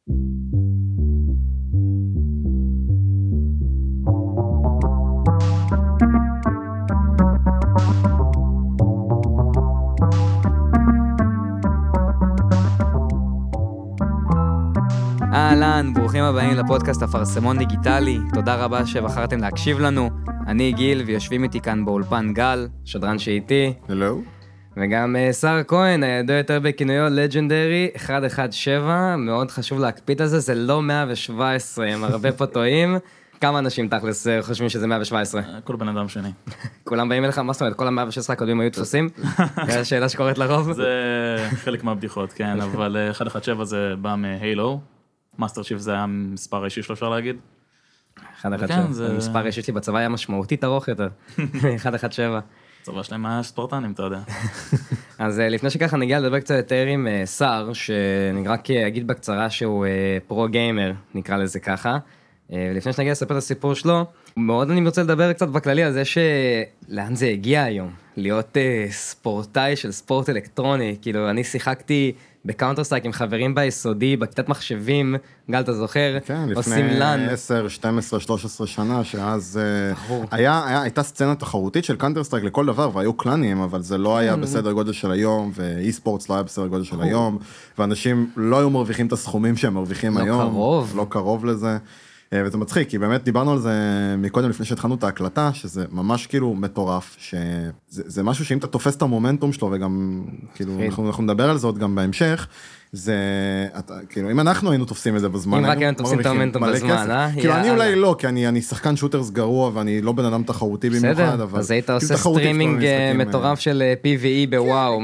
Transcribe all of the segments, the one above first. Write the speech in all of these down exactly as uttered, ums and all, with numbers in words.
אהלן, ברוכים הבאים לפודקאסט אפרסמון דיגיטלי, תודה רבה שבחרתם להקשיב לנו. אני גיל ויושבים איתי כאן באולפן גל, שדרן שאיתי. הלו. וגם שר כהן, הידוע יותר בכינויו לג'נדרי אחת אחת שבע, מאוד חשוב להקפיד על זה, זה לא מאה שבע עשרה, הם הרבה פה טועים. כמה אנשים תכלס חושבים שזה מאה שבע עשרה? כל בן אדם שני. כולם באים אליך, מה זאת אומרת, כל ה-מאה ושש עשרה הקודמים היו תפוסים? זו השאלה שקורית לרוב? זה חלק מהבדיחות, כן, אבל אחת אחת שבע זה בא מהיילו. מאסטר צ'יף זה היה מספר האישי שלו, אפשר להגיד. אחת אחת שבע, המספר האישי שלי בצבא היה משמעותית ארוך יותר. אחת אחת שבע. הצבא שלהם היה ספורטנים, אתה יודע. אז לפני שככה נגיע לדבר קצת יותר עם שר, שאני רק אגיד בקצרה שהוא פרו גיימר, נקרא לזה ככה. ולפני שנגיע לספר את הסיפור שלו, מאוד אני רוצה לדבר קצת בכללי על זה שלאן זה הגיע היום, להיות ספורטאי של ספורט אלקטרוני. כאילו, אני שיחקתי בקאונטר סטרייק עם חברים ביסודי, בכיתת מחשבים, גל, אתה זוכר? כן, עושים לפני לן. עשר, שתים עשרה, שלוש עשרה שנה, שאז היה, היה, הייתה סצנה תחרותית של קאונטר סטרייק לכל דבר, והיו קלאנים, אבל זה לא היה בסדר גודל של היום, ואי ספורטס לא היה בסדר גודל של היום, ואנשים לא היו מרוויחים את הסכומים שהם מרוויחים היום. לא קרוב. לא קרוב לזה. וזה מצחיק, כי באמת דיברנו על זה מקודם לפני שהתחלנו את ההקלטה, שזה ממש כאילו מטורף, שזה זה משהו שאם אתה תופס את המומנטום שלו, וגם כאילו אנחנו, אנחנו נדבר על זה עוד גם בהמשך, זה, אתה, כאילו, אם אנחנו היינו תופסים את זה בזמן, אם רק היינו תופסים את המומנטום בזמן, אה? כאילו, אני אולי לא, כי אני, אני שחקן שוטרס גרוע, ואני לא בן אדם תחרותי במיוחד, אבל... אז היית עושה סטרימינג מטורף של פי וי אי בוואו,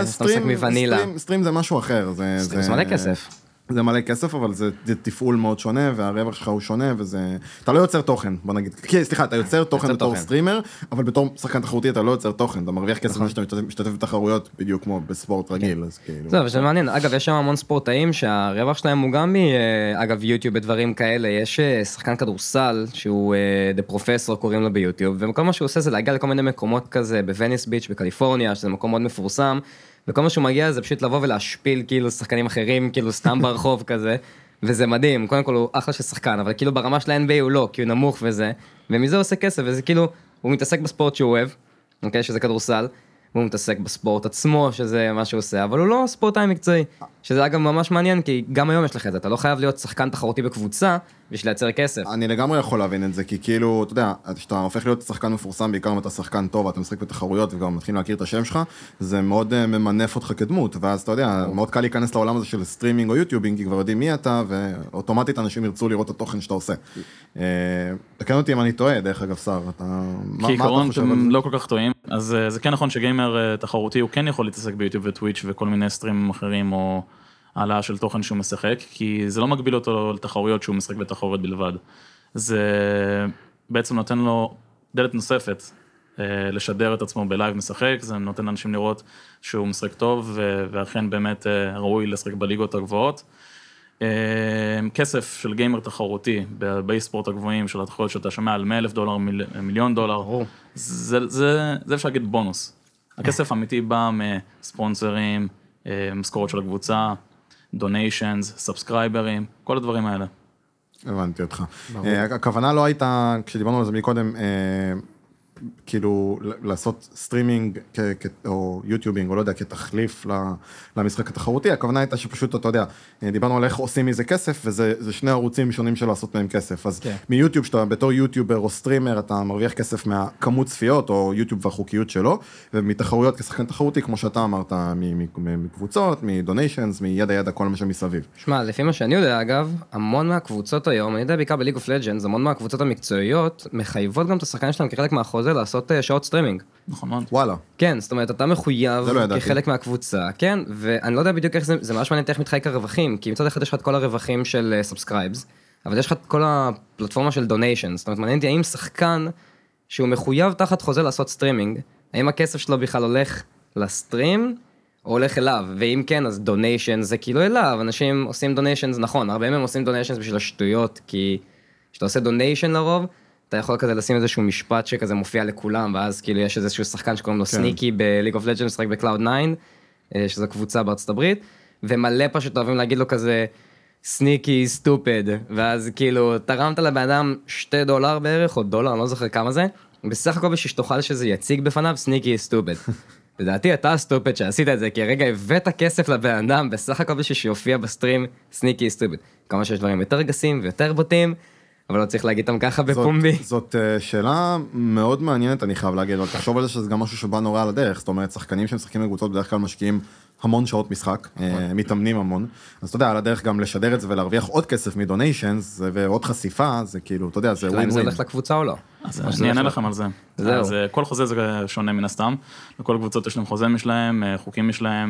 סטרים זה משהו אחר. סטרים זה מלא כסף. זה מלא כסף, אבל זה, זה תפעול מאוד שונה, והרווח שלך הוא שונה, וזה... אתה לא יוצר תוכן, בוא נגיד. כי, סליחה, אתה יוצר תוכן בתור סטרימר, אבל בתור שחקן תחרותי אתה לא יוצר תוכן, אתה מרוויח כסף שאתה משתתף בתחרויות בדיוק כמו בספורט רגיל, אז כאילו... זה, וזה מעניין. אגב, יש שם המון ספורטאים שהרווח שלהם הוא גם, אגב, יוטיוב בדברים כאלה. יש שחקן כדורסל, שהוא דה פרופסור, קוראים לו ביוטיוב, וכל מה שהוא עושה זה להגיע לכל מיני מקומות כזה, בווניס ביץ' בקליפורניה, שזה מקום מאוד מפורסם. וכל מה שהוא מגיע זה פשוט לבוא ולהשפיל כאילו שחקנים אחרים, כאילו סתם ברחוב כזה, וזה מדהים. קודם כל הוא אחלה של שחקן, אבל כאילו ברמה של ה-אן בי איי הוא לא, כי הוא נמוך וזה, ומזה הוא עושה כסף, וזה כאילו, הוא מתעסק בספורט שהוא אוהב, אוקיי, שזה כדורסל, הוא מתעסק בספורט עצמו, שזה מה שהוא עושה, אבל הוא לא ספורטאי מקצועי, שזה אגב ממש מעניין, כי גם היום יש לך את זה, אתה לא חייב להיות שחקן תחרותי בקבוצה, בשביל לייצר כסף. אני לגמרי יכול להבין את זה, כי כאילו, אתה יודע, כשאתה הופך להיות שחקן מפורסם, בעיקר אם אתה שחקן טוב, אתה משחק בתחרויות וגם מתחיל להכיר את השם שלך, זה מאוד ממנף אותך כדמות, ואז אתה יודע, מאוד קל להיכנס לעולם הזה של סטרימינג או יוטיובינג, כי כבר יודעים מי אתה, ואוטומטית אנשים ירצו לראות את התוכן שאתה עושה. תקן אותי אם אני טועה, דרך אגב, שר, אתה... כעיקרון אתם לא כל כך טועים, אז זה כן נכון שגיימר תחרותי הוא כן יכול להתעסק ביוטיוב וטוויץ' וכל מיני סטרימים אחרים או העלאה של תוכן שהוא משחק, כי זה לא מגביל אותו לתחרויות שהוא משחק בתחרויות בלבד. זה בעצם נותן לו דלת נוספת לשדר את עצמו בלייב משחק, זה נותן לאנשים לראות שהוא משחק טוב ואכן באמת ראוי לשחק בליגות הגבוהות. כסף של גיימר תחרותי באי-ספורט הגבוהים של התחרויות שאתה שומע על מאה אלף דולר, מיליון דולר, זה, זה, זה אפשר להגיד בונוס. הכסף האמיתי בא מספונסרים, משכורות של הקבוצה, דוניישנס, סאבסקרייברים, כל הדברים האלה. הבנתי אותך. הכוונה לא הייתה, כשדיברנו על זה מקודם, כאילו לעשות סטרימינג או יוטיובינג, או לא יודע, כתחליף למשחק התחרותי, הכוונה הייתה שפשוט, אתה יודע, דיברנו על איך עושים מזה כסף, וזה שני ערוצים שונים של לעשות מהם כסף. אז מיוטיוב, שאתה בתור יוטיובר או סטרימר, אתה מרוויח כסף מהכמות צפיות, או יוטיוב והחוקיות שלו, ומתחרויות כשחקן תחרותי, כמו שאתה אמרת, מקבוצות, מדוניישנס, מידע ידע, כל מה שמסביב. שמע, לפי מה שאני יודע, אגב, המון מהקבוצות היום, אני יודע בעיקר בליג אוף לג'נדס, המון מהקבוצות המקצועיות מחייבות גם את השחקנים שלהם כחלק מהחוזה לעשות שעות סטרימינג. נכון מאוד. וואלה. כן, זאת אומרת, אתה מחויב כחלק מהקבוצה, כן, ואני לא יודע בדיוק איך זה, זה ממש מעניין איך מתחלק הרווחים, כי מצד אחד יש לך את כל הרווחים של סאבסקרייבס, אבל יש לך את כל הפלטפורמה של דוניישנס, זאת אומרת, מעניין אותי, האם שחקן שהוא מחויב תחת חוזה לעשות סטרימינג, האם הכסף שלו בכלל הולך לסטרים, או הולך אליו, ואם כן, אז דוניישנס זה כאילו אליו, אנשים עושים דוניישנס, נכון, הרבה מהם עושים דוניישנס בשביל השטויות, כי כשאתה עושה דוניישן לרוב, אתה יכול כזה לשים איזשהו משפט שכזה מופיע לכולם, ואז כאילו יש איזשהו שחקן שקוראים לו סניקי בליג אוף לג'נדס, רק בקלאוד ניין, שזו קבוצה בארצות הברית, ומלא פשוט אוהבים להגיד לו כזה, סניקי סטופד, ואז כאילו תרמת לבן אדם שתי דולר בערך, או דולר, אני לא זוכר כמה זה, בסך הכל בשביל שתוכל שזה יציג בפניו סניקי סטופד. לדעתי אתה הסטופד שעשית את זה, כי הרגע הבאת כסף לבן אדם, בסך הכל בשביל שיופיע בסטרים סניקי סטופד. כמה שיש דברים יותר גסים ויותר בוטים, אבל לא צריך להגיד אותם ככה בפומבי. זאת, זאת uh, שאלה מאוד מעניינת, אני חייב להגיד, אבל תחשוב על זה שזה גם משהו שבא נורא על הדרך, זאת אומרת, שחקנים שמשחקים בקבוצות בדרך כלל משקיעים המון שעות משחק, uh, מתאמנים המון, אז אתה יודע, על הדרך גם לשדר את זה ולהרוויח עוד כסף מדוניישנס ועוד חשיפה, זה כאילו, אתה יודע, זה ווין אם זה ווין. הולך לקבוצה או לא? אז אני אענה לכם על זה. אז כל חוזה זה שונה מן הסתם, לכל קבוצות יש להם חוזה משלהם, חוקים משלהם,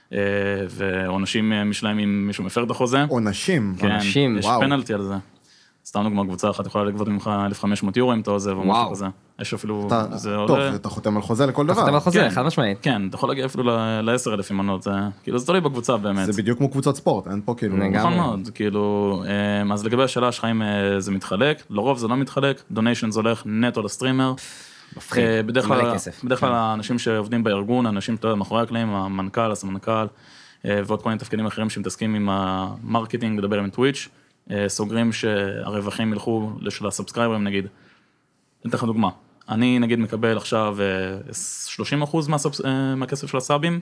ועונשים משלהם אם מישהו מפר את החוזה. עונשים? עונשים, יש פנלטי על זה. סתם דוגמה, קבוצה אחת יכולה לגבות ממך אלף וחמש מאות יורו אם אתה עוזב או משהו כזה. יש אפילו... טוב, אתה חותם על חוזה לכל דבר. אתה חותם על חוזה, חד משמעית. כן, אתה יכול להגיע אפילו ל-עשרת אלפים מנות, כאילו זה תלוי בקבוצה באמת. זה בדיוק כמו קבוצות ספורט, אין פה כאילו... נכון מאוד, כאילו, אז לגבי השאלה שלך אם זה מתחלק, לרוב זה לא מתחלק, דוניישנס הולך נטו לסטרימר. בדרך כלל האנשים שעובדים בארגון, האנשים מאחורי הקלעים, המנכ"ל, הסמנכ"ל, ועוד כל מיני תפקידים אחרים שמתעסקים עם המרקטינג, לדבר עם טוויץ', סוגרים שהרווחים ילכו של הסאבסקרייברים נגיד. אני אתן לך דוגמה, אני נגיד מקבל עכשיו שלושים אחוז מהכסף של הסאבים,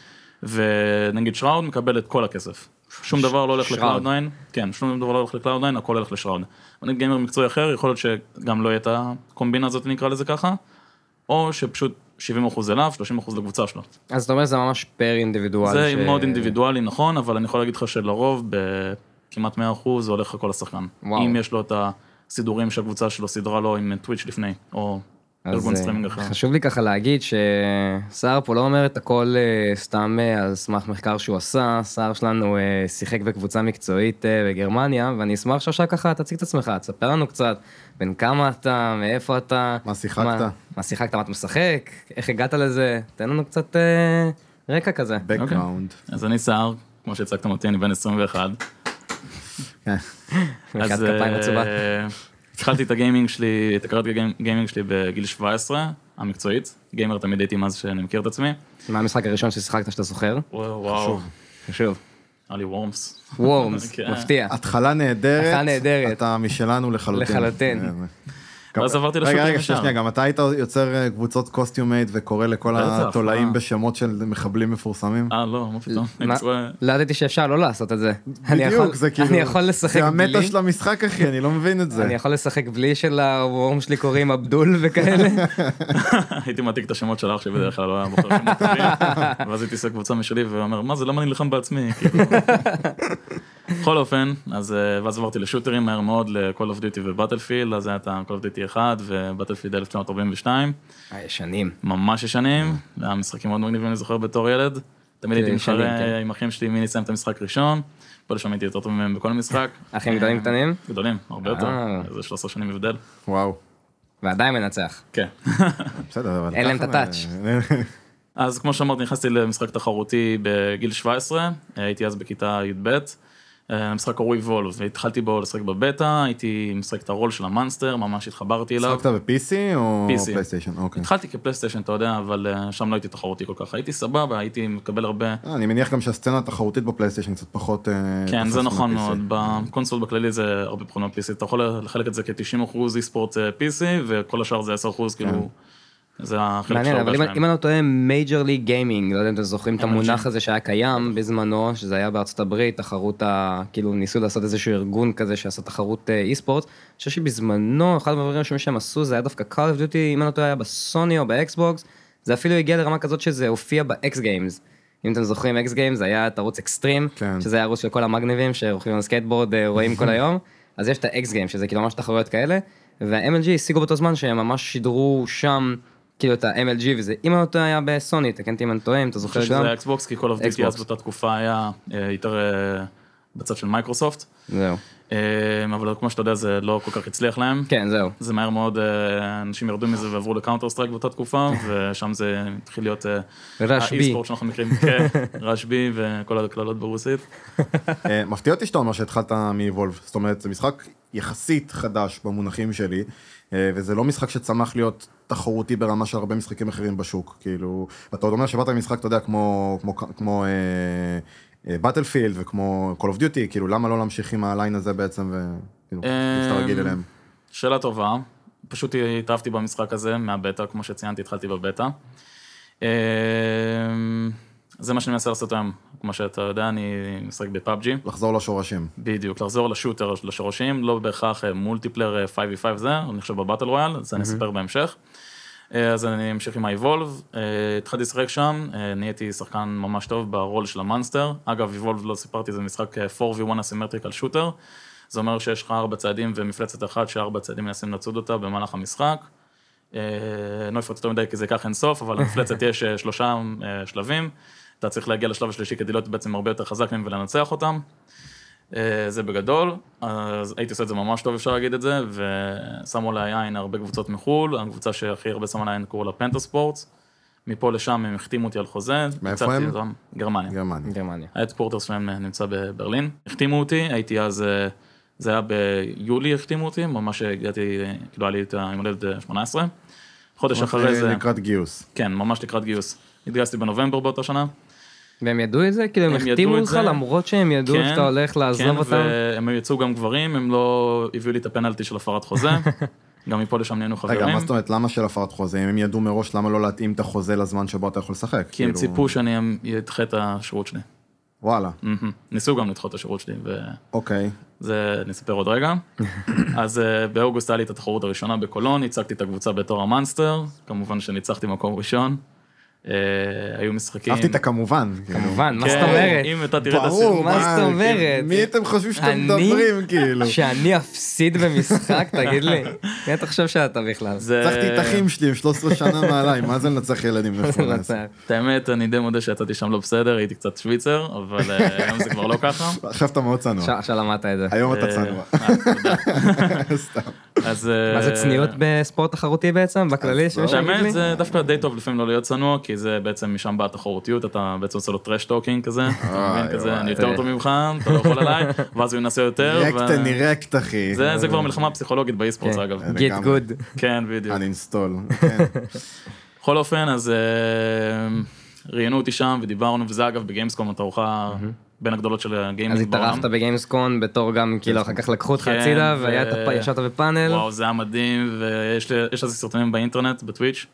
ונגיד שראוד מקבל את כל הכסף. שום דבר לא הולך לקלאוד ניין, כן, שום דבר לא הולך לקלאוד ניין, הכל הולך לשראוד. ונגיד גיימר מקצועי אחר, יכול להיות שגם לא יהיה את הקומבינה הזאת, נקרא לזה ככה, או שפשוט שבעים אחוז אליו, שלושים אחוז לקבוצה שלו. אז אתה אומר זה ממש פר אינדיבידואל. זה מאוד אינדיבידואלי, נכון, אבל אני יכול להגיד לך שלרוב, בכמעט מאה אחוז, זה הולך לכל השחקן. אם יש לו את הסידורים שהקבוצה שלו סידרה לו עם טוויץ' לפני, או ארגון סטרימינג אחר. חשוב לי ככה להגיד שסער פה לא אומר את הכל סתם על סמך מחקר שהוא עשה, סער שלנו שיחק בקבוצה מקצועית בגרמניה, ואני אשמח שעכשיו ככה תציג את עצמך, תספר לנו קצת בין כמה אתה, מאיפה אתה, מה שיחקת, מה שיחקת, מה אתה משחק, איך הגעת לזה, תן לנו קצת רקע כזה. Background. אז אני סער, כמו שהצגתם אותי, אני בן עשרים ואחת. מחיית כפיים עצובה. התחלתי את הגיימינג שלי, את הקריירת הגיימינג שלי בגיל שבע עשרה, המקצועית. גיימר תמיד הייתי מאז שאני מכיר את עצמי. מה המשחק הראשון ששיחקת שאתה זוכר? וואו. חשוב. היה לי וורמס. וורמס, מפתיע. התחלה נהדרת. התחלה נהדרת. אתה משלנו לחלוטין. לחלוטין. ואז עברתי לשוטים רגע, רגע, שנייה, גם אתה היית יוצר קבוצות קוסטיומייט וקורא לכל התולעים בשמות של מחבלים מפורסמים? אה, לא, מה פתאום. לא ידעתי שאפשר לא לעשות את זה. בדיוק, זה כאילו, אני יכול לשחק בלי... זה המטה של המשחק, אחי, אני לא מבין את זה. אני יכול לשחק בלי של הוורם שלי קוראים אבדול וכאלה? הייתי מעתיק את השמות של אח שלי בדרך כלל, לא היה בוחר שמות טובים, ואז הייתי עושה קבוצה משלי ואומר, מה זה, למה אני נלחם בעצמי? בכל אופן, אז ואז עברתי לשוטרים מהר מאוד ל-Call of Duty ו-Battlefield, אז היה את ה-Call of Duty אחד ו-Battlefield אלף תשע מאות ארבעים ושתיים. ישנים. ממש ישנים, היה משחקים מאוד מגניבים, אני זוכר בתור ילד. תמיד הייתי מתחרה עם אחים שלי מי נסיים את המשחק ראשון, פה לשם הייתי יותר טוב מהם בכל המשחק. אחים גדולים קטנים? גדולים, הרבה יותר, זה שלוש עשרה שנים הבדל. וואו. ועדיין מנצח. כן. בסדר, אבל... אין להם את הטאץ'. אז כמו שאמרתי, נכנסתי למשחק תחרותי בגיל שבע עשרה, הייתי אז בכיתה י"ב. המשחק קורוי וולף, והתחלתי בו לשחק בבטא, הייתי משחק את הרול של המאנסטר, ממש התחברתי אליו. שחקת ב-פי סי או פי סי. פלייסטיישן? אוקיי. התחלתי כפלייסטיישן, אתה יודע, אבל שם לא הייתי תחרותי כל כך, הייתי סבבה, הייתי מקבל הרבה... אני מניח גם שהסצנה התחרותית בפלייסטיישן קצת פחות... כן, זה נכון מאוד, בקונסול בכללי זה הרבה פחות פי סי, אתה יכול לחלק את זה כ-תשעים אחוז אי-ספורט פי סי, וכל השאר זה עשר אחוז, כאילו... זה החלק של הרבה שלהם. אבל אם אני לא טועה, מייג'ר ליג גיימינג, לא יודע אם אתם זוכרים את המונח הזה שהיה קיים בזמנו, שזה היה בארצות הברית, תחרות, כאילו ניסו לעשות איזשהו ארגון כזה שעשה תחרות אי-ספורט, אני חושב שבזמנו, אחד הדברים שהם עשו, זה היה דווקא Call of Duty, אם אני לא טועה, היה בסוני או באקסבוקס, זה אפילו הגיע לרמה כזאת שזה הופיע באקס גיימס. אם אתם זוכרים, אקס גיימס היה את ערוץ אקסטרים, שזה היה ערוץ של כל המגניבים שרוכבים על סקייטבורד, רואים כל היום, אז יש את האקס גיימס, שזה כאילו ממש תחרויות כאלה, וה-אם אל ג'י השיגו באותו זמן שהם ממש שידרו שם כאילו את ה-אם אל ג'י וזה, אם אותו היה בסוני, תקנתי אם אני טועה, אם אתה זוכר גם. אני חושב שזה אקסבוקס, כי Call of Duty אז באותה תקופה היה יותר בצד של מייקרוסופט, זהו. אבל כמו שאתה יודע, זה לא כל כך הצליח להם. כן, זהו. זה מהר מאוד, אנשים ירדו מזה ועברו לקאונטר סטרייק באותה תקופה, ושם זה התחיל להיות האי-ספורט שאנחנו מכירים, רשבי וכל הכללות ברוסית. מפתיע אותי שאתה אומר שהתחלת מ-Evolve, זאת אומרת, זה משחק יחסית חדש במונחים שלי, וזה לא משחק שצמח להיות תחרותי ברמה של הרבה משחקים אחרים בשוק, כאילו, ואתה עוד אומר שבאת במשחק, אתה יודע, כמו, כמו, כמו, בטלפילד וכמו Call of Duty, כאילו למה לא להמשיך עם הליין הזה בעצם וכאילו, שאתה רגיל אליהם? שאלה טובה, פשוט התאהבתי במשחק הזה מהבטא, כמו שציינתי, התחלתי בבטא. זה מה שאני מנסה לעשות היום, כמו שאתה יודע, אני משחק בפאבג'י. לחזור לשורשים. בדיוק, לחזור לשוטר, לשורשים, לא בהכרח מולטיפלר חמש וי חמש זה, אני חושב בבטל רויאל, אז אני אספר בהמשך. אז אני אמשיך עם ה-Evolve, התחלתי לשחק שם, נהייתי שחקן ממש טוב ברול של המאנסטר, אגב, Evolve לא סיפרתי, זה משחק פור וי וואן אסימטריקל שוטר, זה אומר שיש לך ארבע צעדים ומפלצת אחת שארבע צעדים מנסים לצוד אותה במהלך המשחק, לא אפרט יותר מדי כי זה ייקח אין סוף, אבל למפלצת יש שלושה שלבים, אתה צריך להגיע לשלב השלישי כדי להיות בעצם הרבה יותר חזק מהם ולנצח אותם, זה בגדול, אז הייתי עושה את זה ממש טוב, אפשר להגיד את זה, ושמו עליי עין הרבה קבוצות מחול, הקבוצה שהכי הרבה שמה עליי עין קוראים לה פנטה ספורטס, מפה לשם הם החתימו אותי על חוזה. מאיפה הם? גרמניה. גרמניה. גרמניה. ההדקוורטר שלהם נמצא בברלין, החתימו אותי, הייתי אז, זה היה ביולי החתימו אותי, ממש הגעתי, כאילו היה לי את היום הולדת שמונה עשרה, חודש אחרי זה. לקראת גיוס. כן, ממש לקראת גיוס. התגייסתי בנובמבר באותה שנה. והם ידעו את זה? כאילו הם החתימו אותך למרות שהם ידעו שאתה הולך לעזוב אותם? כן, והם יצאו גם גברים, הם לא הביאו לי את הפנלטי של הפרת חוזה, גם מפה לשם נהיינו חברים. רגע, מה זאת אומרת, למה של הפרת חוזה? אם הם ידעו מראש, למה לא להתאים את החוזה לזמן שבו אתה יכול לשחק? כי הם ציפו שאני אדחה את השירות שלי. וואלה. ניסו גם לדחות את השירות שלי. אוקיי. זה נספר עוד רגע. אז באוגוסט היה לי את התחרות הראשונה בקולון, הצגתי את הקבוצה בתור המאנסטר, כמובן שניצחתי מקום ראשון. היו משחקים. אהבתי את הכמובן. כמובן, מה זאת אומרת? אם אתה תראה את הסיפור. ברור, מה זאת אומרת? מי אתם חושבים שאתם מדברים, כאילו? שאני אפסיד במשחק, תגיד לי. מי אתה חושב שאתה בכלל? הצלחתי את אחים שלי עם שלוש עשרה שנה מעליי, מה זה לנצח ילדים? את האמת, אני די מודה שיצאתי שם לא בסדר, הייתי קצת שוויצר, אבל היום זה כבר לא ככה. עכשיו אתה מאוד צנוע. עכשיו למדת את זה. היום אתה צנוע. מה זה צניעות בספורט תחרותי בעצם, בכללי? האמת, זה דווקא די טוב לפעמים לא להיות צנוע, כי זה בעצם משם באה תחרותיות, אתה בעצם עושה לו טרש טוקינג כזה, אני יותר טוב ממך, אתה לא יכול עליי, ואז הוא ינסה יותר. רקט, אני רקט, אחי. זה כבר מלחמה פסיכולוגית באי-ספורט, אגב. Get good. כן, בדיוק. uninstall. בכל אופן, אז ראיינו אותי שם ודיברנו, וזה אגב בגיימסקום, התערוכה בין הגדולות של הגיימינג. אז התארחת בגיימסקון בתור גם, כאילו אחר כך לקחו אותך הצידה, וישבת בפאנל. וואו, זה היה מדהים, ויש לזה סרטונים באינטרנט, בטוויץ',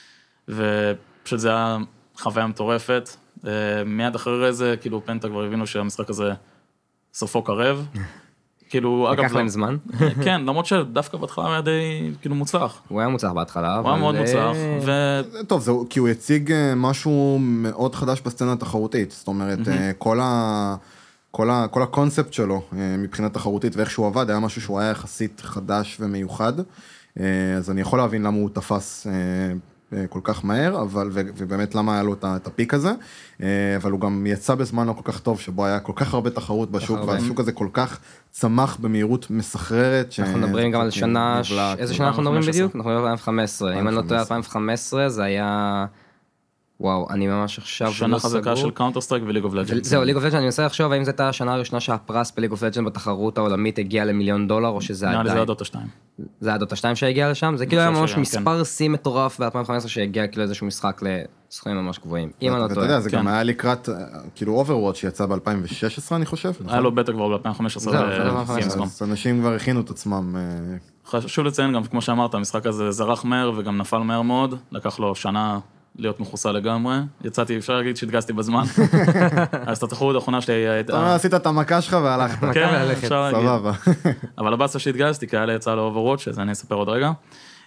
ופשוט זה היה חוויה מטורפת. מיד אחרי זה, כאילו פנטה כבר הבינו שהמשחק הזה סופו קרב. כאילו, אגב... לקח להם זמן? כן, למרות שדווקא בהתחלה היה די, כאילו, מוצלח. הוא היה מוצלח בהתחלה, הוא היה מאוד מוצלח, ו... טוב, זה כי הוא הציג משהו מאוד חדש בסצנה התחרותית, זאת אומרת, כל ה... כל ה... כל הקונספט שלו מבחינת תחרותית ואיך שהוא עבד, היה משהו שהוא היה יחסית חדש ומיוחד, אז אני יכול להבין למה הוא תפס כל כך מהר, אבל, ובאמת למה היה לו את הפיק הזה, אבל הוא גם יצא בזמן לא כל כך טוב, שבו היה כל כך הרבה תחרות בשוק, והשוק הזה כל כך צמח במהירות מסחררת. אנחנו מדברים גם על שנה, איזה שנה אנחנו מדברים בדיוק? אנחנו מדברים על אלפיים וחמש עשרה, אם אני לא טועה אלפיים וחמש עשרה זה היה... וואו, אני ממש עכשיו... שנה חזקה של קאונטר סטרייק וליג אוף לג'נדס. זהו, ליג אוף לג'נדס, אני מנסה לחשוב האם זו הייתה השנה הראשונה שהפרס בליג אוף לג'נדס בתחרות העולמית הגיע למיליון דולר, או שזה עדיין... נראה לי זה הדוטה שתיים. זה הדוטה שתיים שהגיע לשם? זה כאילו היה ממש מספר סי מטורף ב-אלפיים וחמש עשרה שהגיע כאילו איזשהו משחק לסכומים ממש גבוהים. אם אני לא טועה. ואתה יודע, זה גם היה לקראת, כאילו אוברוואץ' שיצא ב-אלפיים ושש עשרה אני חושב. היה לו בטא כבר ב-אלפיים וחמש עשרה. אז אנשים כבר הכינו את עצמם. חשוב לציין גם, כמו שאמרת, המשחק הזה זרח מהר וגם נפל מהר מאוד, לקח לו שנה להיות מחוסה לגמרי, יצאתי, אפשר להגיד שהתגייסתי בזמן, אז את התחרות האחרונה שלי... אתה עשית את המכה שלך והלכת. כן, אפשר להגיד. סבבה. אבל הבאסה שהתגייסתי, כי היה לי יצא לאוברוואץ', שזה אני אספר עוד רגע.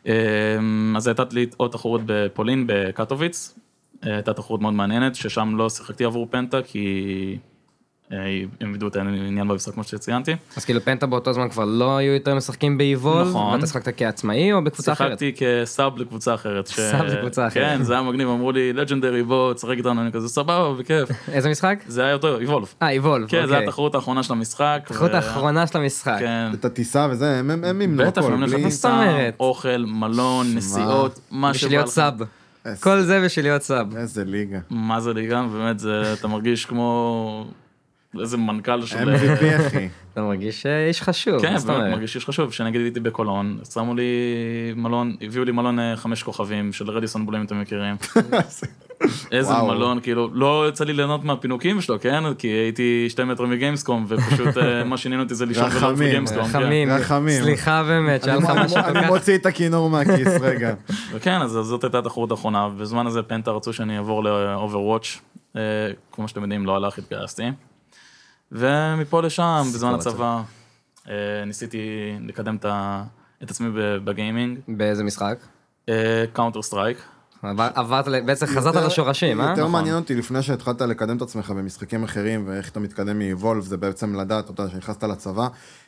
אז הייתה לי עוד תחרות בפולין, בקטוביץ, הייתה תחרות מאוד מעניינת, ששם לא שיחקתי עבור פנטה, כי הם ידעו את העניין במשחק כמו שציינתי. אז כאילו פנטה באותו זמן כבר לא היו יותר משחקים באיבולב, נכון. ואתה שחקת כעצמאי או בקבוצה אחרת? שיחקתי כסאב לקבוצה אחרת. סאב לקבוצה אחרת. כן, זה היה מגניב, אמרו לי, לג'נדרי, בוא, תשחק איתנו, אני כזה סבבה, בכיף. איזה משחק? זה היה יותר, איבולב. אה, איבולב, כן, זה היה התחרות האחרונה של המשחק. התחרות האחרונה של המשחק. כן. את הטיסה וזה, הם הם ימנו בטח, הכל, הם בלי... נכנסים אוכל, מלון, נסיעות, מה בשביל להיות לך. סאב. כל זה בשביל להיות סאב. איזה ליגה. מה זה ליגה? באמת, זה, אתה מרגיש כמו איזה מנכ"ל של... אם וי פי אחי. אתה מרגיש איש חשוב. כן, באמת, מרגיש איש חשוב. כשנגיד הייתי בקולון, שמו לי מלון, הביאו לי מלון חמש כוכבים של רדיסון בולים, אתם מכירים. איזה מלון, כאילו, לא יצא לי ליהנות מהפינוקים שלו, כן? כי הייתי שתי מטר מגיימסקום, ופשוט מה שעניין אותי זה לישון ולא בגיימסקום. רחמים, רחמים. סליחה באמת, שהיה לך משהו כל כך. אני מוציא את הכינור מהכיס, רגע. וכן, אז זאת הייתה התחרות האחרונה, בזמן הזה פנטה רצו שאני אעבור ל-Overwatch, כמו שאתם יודעים, לא הלך, התגייסתי. ומפה לשם, בזמן הצבא, ניסיתי לקדם את עצמי בגיימינג. באיזה משחק? קאונטר סטרייק. עברת, בעצם חזרת לשורשים, אה? יותר מעניין אותי, לפני שהתחלת לקדם את עצמך במשחקים אחרים, ואיך אתה מתקדם מ-Evolve, זה בעצם לדעת, אתה יודע, שנכנסת לצבא,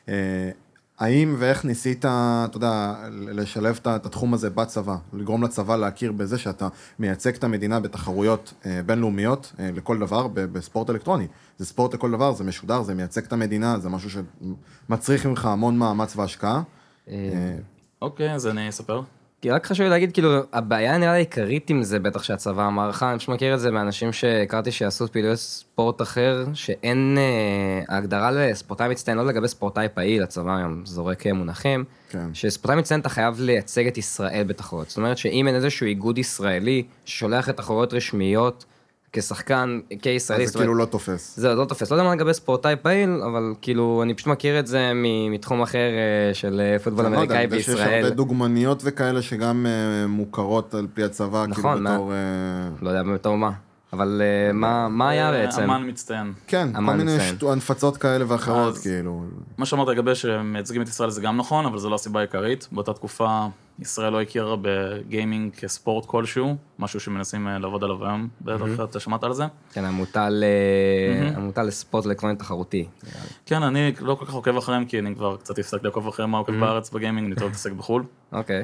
האם ואיך ניסית, אתה יודע, לשלב את התחום הזה בצבא, לגרום לצבא להכיר בזה שאתה מייצג את המדינה בתחרויות בינלאומיות לכל דבר, בספורט אלקטרוני. זה ספורט לכל דבר, זה משודר, זה מייצג את המדינה, זה משהו שמצריך ממך המון מאמץ והשקעה. אוקיי, אז אני אספר. כי רק חשוב להגיד, כאילו, הבעיה נראה לי עיקרית עם זה, בטח שהצבא אמר לך, אני פשוט מכיר את זה מאנשים שהכרתי שיעשו פעילויות ספורט אחר, שאין אה, ההגדרה לספורטאי מצטיין, לא לגבי ספורטאי פעיל, הצבא היום זורק מונחים, כן. שספורטאי מצטיין אתה חייב לייצג את ישראל בתחרויות. זאת אומרת שאם אין איזשהו איגוד ישראלי ששולח את תחרויות רשמיות, כשחקן, כישראלי. אז זה כאילו לא תופס. זה לא תופס, לא יודע מה לגבי ספורטאי פעיל, אבל כאילו, אני פשוט מכיר את זה מתחום אחר של פוטבול אמריקאי בישראל. יש הרבה דוגמניות וכאלה שגם מוכרות על פי הצבא, כאילו בתור... לא יודע בתור מה, אבל מה היה בעצם? אמן מצטיין. כן, כל מיני הנפצות כאלה ואחרות, כאילו. מה שאמרת לגבי שמייצגים את ישראל זה גם נכון, אבל זו לא הסיבה העיקרית. באותה תקופה ישראל לא הכירה בגיימינג כספורט כלשהו, משהו שמנסים לעבוד עליו היום, בטח אתה שמעת על זה? כן, עמותה לספורט אלקטרוני תחרותי. כן, אני לא כל כך עוקב אחריהם, כי אני כבר קצת הפסקתי לעקוב אחריהם מה עוקב בארץ בגיימינג, אני טוב להתעסק בחול. אוקיי.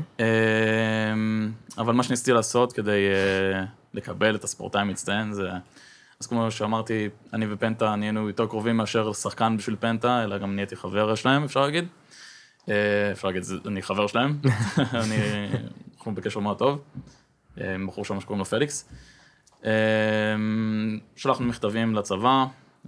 אבל מה שניסיתי לעשות כדי לקבל את הספורטאי המצטיין, זה... אז כמו שאמרתי, אני ופנטה נהיינו יותר קרובים מאשר שחקן בשביל פנטה, אלא גם נהייתי חבר שלהם, אפשר להגיד. אפשר להגיד, אני חבר שלהם, אנחנו בקשר מאוד טוב, בחור שם שקוראים לו פליקס. שלחנו מכתבים לצבא,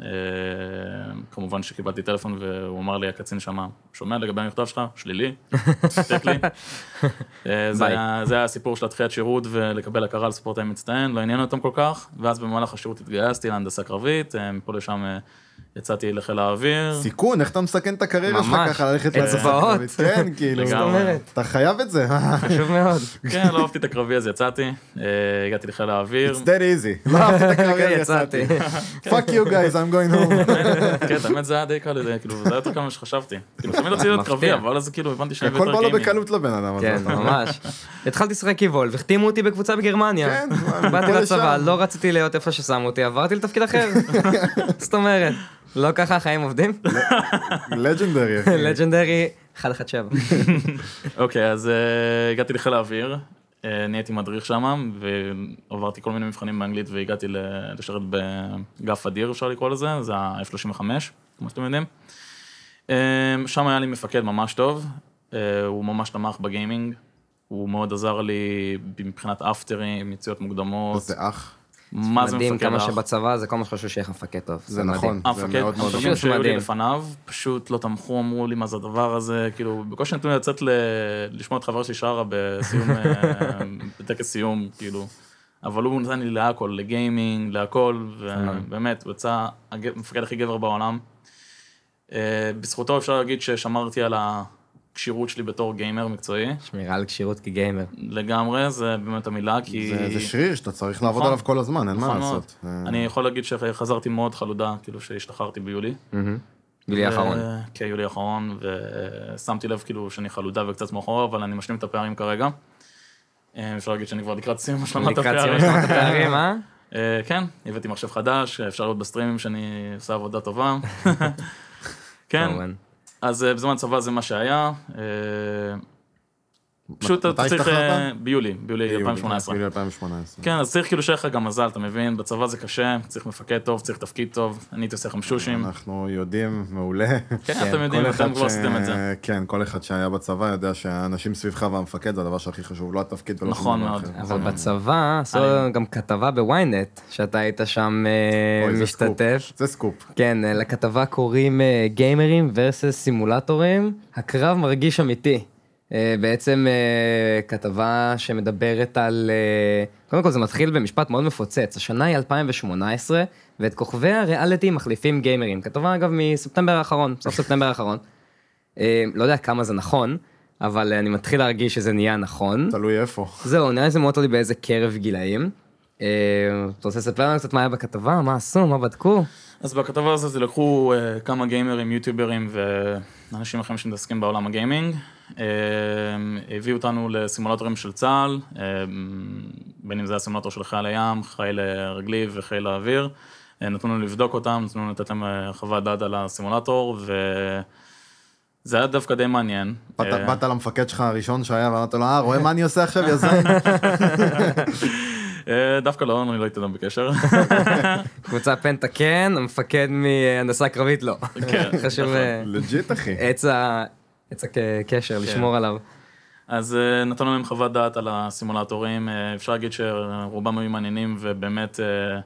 כמובן שקיבלתי טלפון והוא אמר לי, הקצין שם, שומע לגבי המכתב שלך, שלילי, שתק לי. זה היה הסיפור של התחיית שירות ולקבל הכרה על ספורטאי מצטיין, לא עניין אותם כל כך, ואז במהלך השירות התגייסתי להנדסה קרבית, מפה לשם יצאתי לחיל האוויר. סיכון, איך אתה מסכן את הקריירה שלך ככה, ללכת אצבעות. כן, כאילו, אתה חייב את זה. חשוב מאוד. כן, לא אהבתי את הקרבי, אז יצאתי, הגעתי לחיל האוויר. It's that easy. לא אהבתי את הקרבי, אז יצאתי. Fuck you guys, I'm going home. כן, באמת זה היה די קל, כאילו, זה היה יותר כמה שחשבתי. כאילו, תמיד רציתי להיות קרבי, אבל אז כאילו, הבנתי שאני יותר גיימינג. הכל בא לו בקלות לבן אדם הזה. כן, ממש. התחלתי לשחק איבולב, החתימו אותי בקבוצה בגרמניה. כן, באתי לצבא, לא רציתי להיות איפה ששמו אותי, עברתי לתפקיד אחר. זאת אומרת, לא ככה החיים עובדים? לג'נדרי. לג'נדרי, אחת אחת שבע. אוקיי, אז הגעתי לחיל האוויר, נהייתי מדריך שם, ועברתי כל מיני מבחנים באנגלית, והגעתי לשרת בגף אדיר, אפשר לקרוא לזה, זה ה-אף שלושים וחמש, כמו שאתם יודעים. שם היה לי מפקד ממש טוב, הוא ממש תמך בגיימינג, הוא מאוד עזר לי מבחינת אפטרים, יציאות מוקדמות. זה אח. מה זה מפקד מדהים כמה שבצבא זה כל מה שחשוב שיהיה לך מפקד טוב. זה נכון, זה מאוד מאוד מדהים. שהיו לי לפניו, פשוט לא תמכו, אמרו לי מה זה הדבר הזה, כאילו, בקושי נתנו לי לצאת לשמוע את חבר שלי שרה בסיום, בטקס סיום, כאילו. אבל הוא נתן לי להכל, לגיימינג, להכל, ובאמת, הוא יצא המפקד הכי גבר בעולם. בזכותו אפשר להגיד ששמרתי על הקשירות שלי בתור גיימר מקצועי. שמירה על קשירות כגיימר. לגמרי, זה באמת המילה, כי... זה שריר שאתה צריך לעבוד עליו כל הזמן, אין מה לעשות. אני יכול להגיד שחזרתי מאוד חלודה, כאילו שהשתחררתי ביולי. יולי האחרון. כן, יולי האחרון, ושמתי לב כאילו שאני חלודה וקצת מאחורה, אבל אני משלים את הפערים כרגע. אפשר להגיד שאני כבר לקראת סיום השלמת הפערים. לקראת סיום השלמת הפערים, אה? כן, הבאתי מחשב חדש, אפשר לראות בסטרימים שאני עושה עבודה טובה. כן, אז בזמן הצבא זה מה שהיה. פשוט אתה צריך, ביולי, ביולי אלפיים שמונה עשרה. ביולי אלפיים שמונה עשרה. כן, אז צריך כאילו שיהיה לך גם מזל, אתה מבין? בצבא זה קשה, צריך מפקד טוב, צריך תפקיד טוב, אני הייתי עושה חמשושים. אנחנו יודעים, מעולה. כן, אתם יודעים, אתם כבר עשיתם את זה. כן, כל אחד שהיה בצבא יודע שהאנשים סביבך והמפקד זה הדבר שהכי חשוב, לא התפקיד ולא נכון מאוד. אבל בצבא, עשו גם כתבה בוויינט, שאתה היית שם משתתף. זה סקופ. כן, לכתבה קוראים גיימרים versus סימולטורים, הקרב מרגיש אמיתי. בעצם כתבה שמדברת על, קודם כל זה מתחיל במשפט מאוד מפוצץ, השנה היא אלפיים שמונה עשרה, ואת כוכבי הריאליטי מחליפים גיימרים, כתבה אגב מספטמבר האחרון, סוף ספטמבר האחרון, לא יודע כמה זה נכון, אבל אני מתחיל להרגיש שזה נהיה נכון. תלוי איפה. זהו, נראה לי זה מאוד תלוי באיזה קרב גילאים. אתה רוצה לספר לנו קצת מה היה בכתבה, מה עשו, מה בדקו? אז בכתבה הזאת זה לקחו uh, כמה גיימרים, יוטיוברים ואנשים אחרים שמתעסקים בעולם הגיימינג. Uh, הביאו אותנו לסימולטורים של צה"ל, uh, בין אם זה הסימולטור של חיל הים, חיל רגלי וחיל האוויר. Uh, נתנו לנו לבדוק אותם, נתנו לנו לתת להם חוות דעת על הסימולטור, וזה היה דווקא די מעניין. באת, באת למפקד שלך הראשון שהיה, ואמרת לו, אה, רואה מה אני עושה עכשיו, יזם? דווקא לא, אני לא הייתי אדם בקשר. קבוצה פנטה כן, המפקד מהנדסה קרבית לא. חשוב... לג'יט אחי. עץ הקשר, לשמור עליו. אז נתנו להם חוות דעת על הסימולטורים, אפשר להגיד שרובם היו מעניינים ובאמת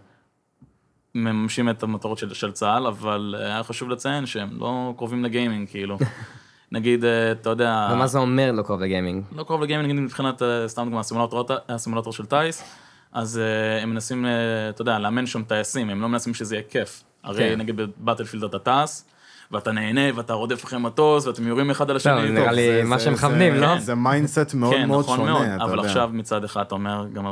מממשים את המטרות של צה"ל, אבל היה חשוב לציין שהם לא קרובים לגיימינג, כאילו. נגיד, אתה יודע... ומה זה אומר לא קרוב לגיימינג? לא קרוב לגיימינג, נגיד מבחינת, סתם דוגמה, הסימולטור של טייס, אז הם מנסים, אתה יודע, לאמן שם טייסים, הם לא מנסים שזה יהיה כיף. הרי נגיד בבטלפילד אתה טס, ואתה נהנה, ואתה רודף אחרי מטוס, ואתם יורים אחד על השני. נראה לי מה שהם מכוונים, לא? זה מיינדסט מאוד מאוד שונה, אתה יודע. אבל עכשיו מצד אחד אתה אומר, גם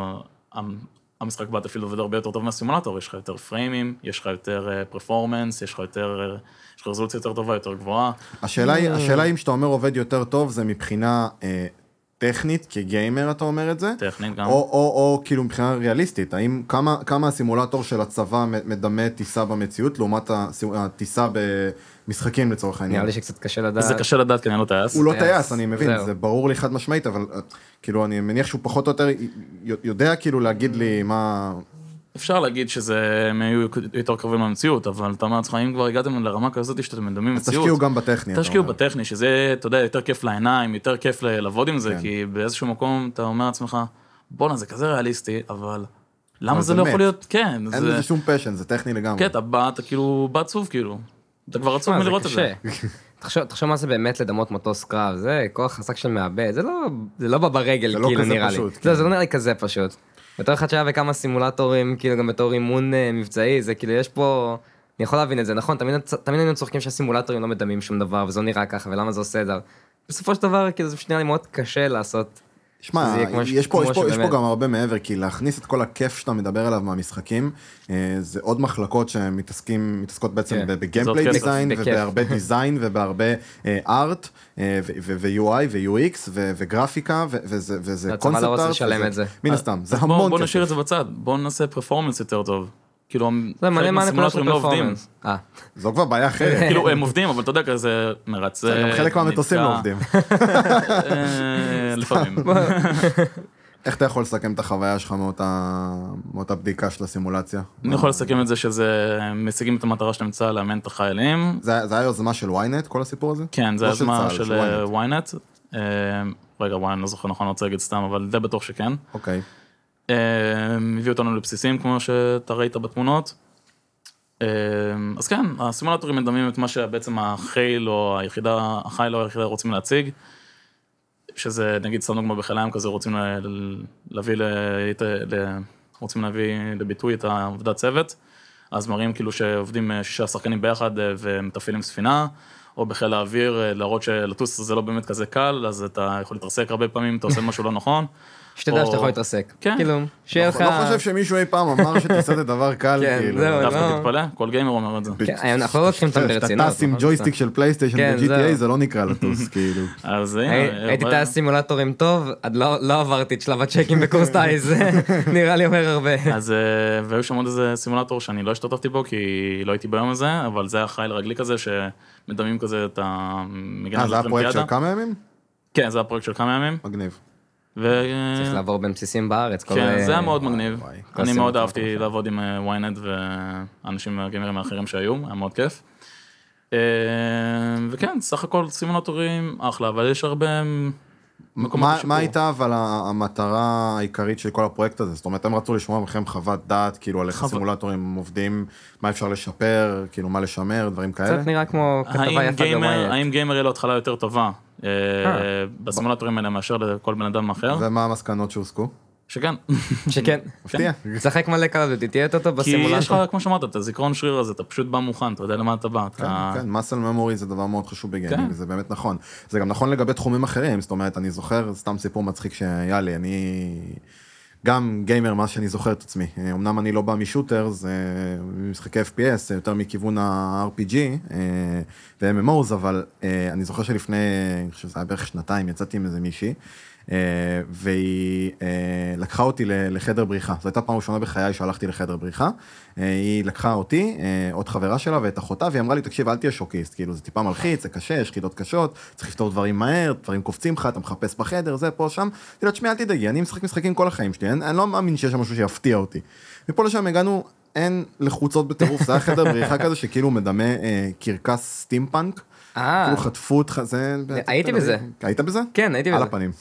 המשחק בטלפילד עובד הרבה יותר טוב מהסימולטור, יש לך יותר פריימים, יש לך יותר פרפורמנס, יש לך יותר, יש לך רזולוציה יותר טובה, יותר גבוהה. השאלה היא, השאלה אם שאתה אומר עובד יותר טוב, זה מבחינה טכנית, כגיימר אתה אומר את זה? טכנית גם. או, או, או כאילו מבחינה ריאליסטית, האם, כמה, כמה הסימולטור של הצבא מדמה טיסה במציאות, לעומת הטיסה במשחקים לצורך העניין? נראה לי שקצת קשה לדעת. זה קשה לדעת, כי אני לא טייס. הוא לא טייס, אני מבין, זה ברור לי חד משמעית, אבל כאילו אני מניח שהוא פחות או יותר יודע כאילו להגיד לי מה... אפשר להגיד שזה היו יותר קרובים למציאות, אבל אתה אומר לעצמך, אם כבר הגעתם לרמה כזאת שאתם מדמים מציאות... תשקיעו גם בטכני. תשקיעו בטכני, שזה, אתה יודע, יותר כיף לעיניים, יותר כיף לעבוד עם זה, כי באיזשהו מקום אתה אומר לעצמך, בוא'נה, זה כזה ריאליסטי, אבל למה זה לא יכול להיות? כן. אין לזה שום פשן, זה טכני לגמרי. כן, אתה בא, אתה כאילו בא עצוב, כאילו. אתה כבר עצוב מלראות את זה. תחשוב מה זה באמת לדמות מטוס קרב, זה כוח חזק של מעבד, זה לא בא ברגל, כאילו, נראה לי. זה לא נראה לי כזה פשוט. בתור אחד שהיה בכמה סימולטורים, כאילו גם בתור אימון מבצעי, זה כאילו יש פה, אני יכול להבין את זה, נכון, תמיד, תמיד היינו צוחקים שהסימולטורים לא מדמים שום דבר, וזה לא נראה ככה, ולמה זה עושה דבר. בסופו של דבר, כאילו זה פשוט נראה לי מאוד קשה לעשות. שמע, יש פה, יש פה, יש פה גם הרבה מעבר, כי להכניס את כל הכיף שאתה מדבר עליו מהמשחקים, זה עוד מחלקות שמתעסקים, מתעסקות בעצם בגיימפליי דיזיין, ובהרבה דיזיין, ובהרבה ארט, ו-יו איי, ו-יו אקס, וגרפיקה, וזה קונספט ארט. הצבא לא רוצה לשלם את זה. מן הסתם, זה המון כסף. בוא נשאיר את זה בצד, בוא נעשה פרפורמנס יותר טוב. כאילו, זה מלא מה נקודה של פרפורמנס. זו כבר בעיה אחרת. כאילו, הם עובדים, אבל אתה יודע, כזה מרצה. גם חלק מהמטוסים לא עובדים. לפעמים. איך אתה יכול לסכם את החוויה שלך מאותה בדיקה של הסימולציה? אני יכול לסכם את זה שזה, משיגים את המטרה שנמצא לאמן את החיילים. זה היה יוזמה של וויינט, כל הסיפור הזה? כן, זה היה יוזמה של וויינט. רגע, וואי, אני לא זוכר נכון, אני רוצה להגיד סתם, אבל די בטוח שכן. אוקיי. הביאו אותנו לבסיסים, כמו שאתה ראית בתמונות. אז כן, הסימולטורים מדמים את מה שבעצם החיל או היחידה, החיל או היחידה רוצים להציג, שזה נגיד סתם דוגמה בחיל הים כזה, רוצים להביא, רוצים להביא לביטוי את העבודת צוות, אז מראים כאילו שעובדים שישה שחקנים ביחד ומתפעילים ספינה, או בחיל האוויר, להראות שלטוס זה לא באמת כזה קל, אז אתה יכול להתרסק הרבה פעמים, אתה עושה משהו לא נכון. שתדע שאתה יכול להתרסק. כן. כאילו, שיהיה לך... לא חושב שמישהו אי פעם אמר שתעשה את הדבר קל, כן, כאילו. זהו, דווקא לא. תתפלא, כל גיימר אומר את זה. כן, אנחנו לא לוקחים אותם ברצינות. שאתה טס עם ג'ויסטיק של פלייסטיישן כן, ב-ג'י טי איי זהו. זה לא נקרא לטוס, כאילו. אז הנה, הייתי טייס סימולטורים טוב, עד לא עברתי את שלב הצ'קים בקורס טייס, זה נראה לי אומר הרבה. אז, והיו שם עוד איזה סימולטור שאני לא השתתפתי בו, כי לא הייתי ביום הזה, אבל זה היה חייל רגלי כזה, שמדמים כזה את המגן אה, זה היה פרויקט של כמה ימים? כן, זה היה פרויקט של כמה ימים. מגניב. ו... צריך לעבור בין בסיסים בארץ. כן, זה היה מאוד מגניב. וואי, אני מאוד אהבתי לעבוד עם וויינט ואנשים גיימרים האחרים שהיו, היה מאוד כיף. וכן, סך הכל סימולטורים אחלה, אבל יש הרבה מקומות לשיפור. מה הייתה אבל המטרה העיקרית של כל הפרויקט הזה? זאת אומרת, הם רצו לשמוע מכם חוות דעת, כאילו על איך הסימולטורים עובדים, מה אפשר לשפר, כאילו מה לשמר, דברים כאלה? קצת נראה כמו כתבה יפה בוויינט. האם גיימר יהיה לו התחלה יותר טובה בסימולטורים האלה מאשר לכל בן אדם אחר? ומה המסקנות שהוסקו? שכן. שכן. מפתיע. צחק מלא קל ודאי, תהיה אותו כי בסימולטור. יש לך, כמו שאמרת, את הזיכרון שריר הזה, אתה פשוט בא מוכן, אתה יודע למה אתה בא. כן, כן, מסל ממורי זה דבר מאוד חשוב בגיימינג, זה באמת נכון. זה גם נכון לגבי תחומים אחרים, זאת אומרת, אני זוכר, סתם סיפור מצחיק שהיה לי, אני גם גיימר, מה שאני זוכר את עצמי. אמנם אני לא בא משוטר, זה משחקי אף פי אס, יותר מכיוון ה-אר פי ג'י ו-אם אם או'ס, אבל אני זוכר שלפני, אני חושב שזה היה בערך שנתיים, יצאתי עם איזה מישהי, והיא לקחה אותי לחדר בריחה. זו הייתה פעם ראשונה בחיי שהלכתי לחדר בריחה. היא לקחה אותי, עוד חברה שלה ואת אחותה, והיא אמרה לי, תקשיב, אל תהיה שוקיסט, כאילו זה טיפה מלחיץ, זה קשה, יש חידות קשות, צריך לפתור דברים מהר, דברים קופצים לך, אתה מחפש בחדר, זה פה, שם. תדעת, שמי, אל תדאגי, אני משחק משחקים כל החיים שלי, אני לא מאמין שיש משהו שיפתיע אותי. מפה לשם הגענו, אין לחוצות בטירוף, זה היה חדר בריחה כזה שכאילו מדמה קרקס סטימפאנק, כאילו חטפו אותך, זה... הייתי בזה. היית בזה? כן, הייתי בזה. על הפנים.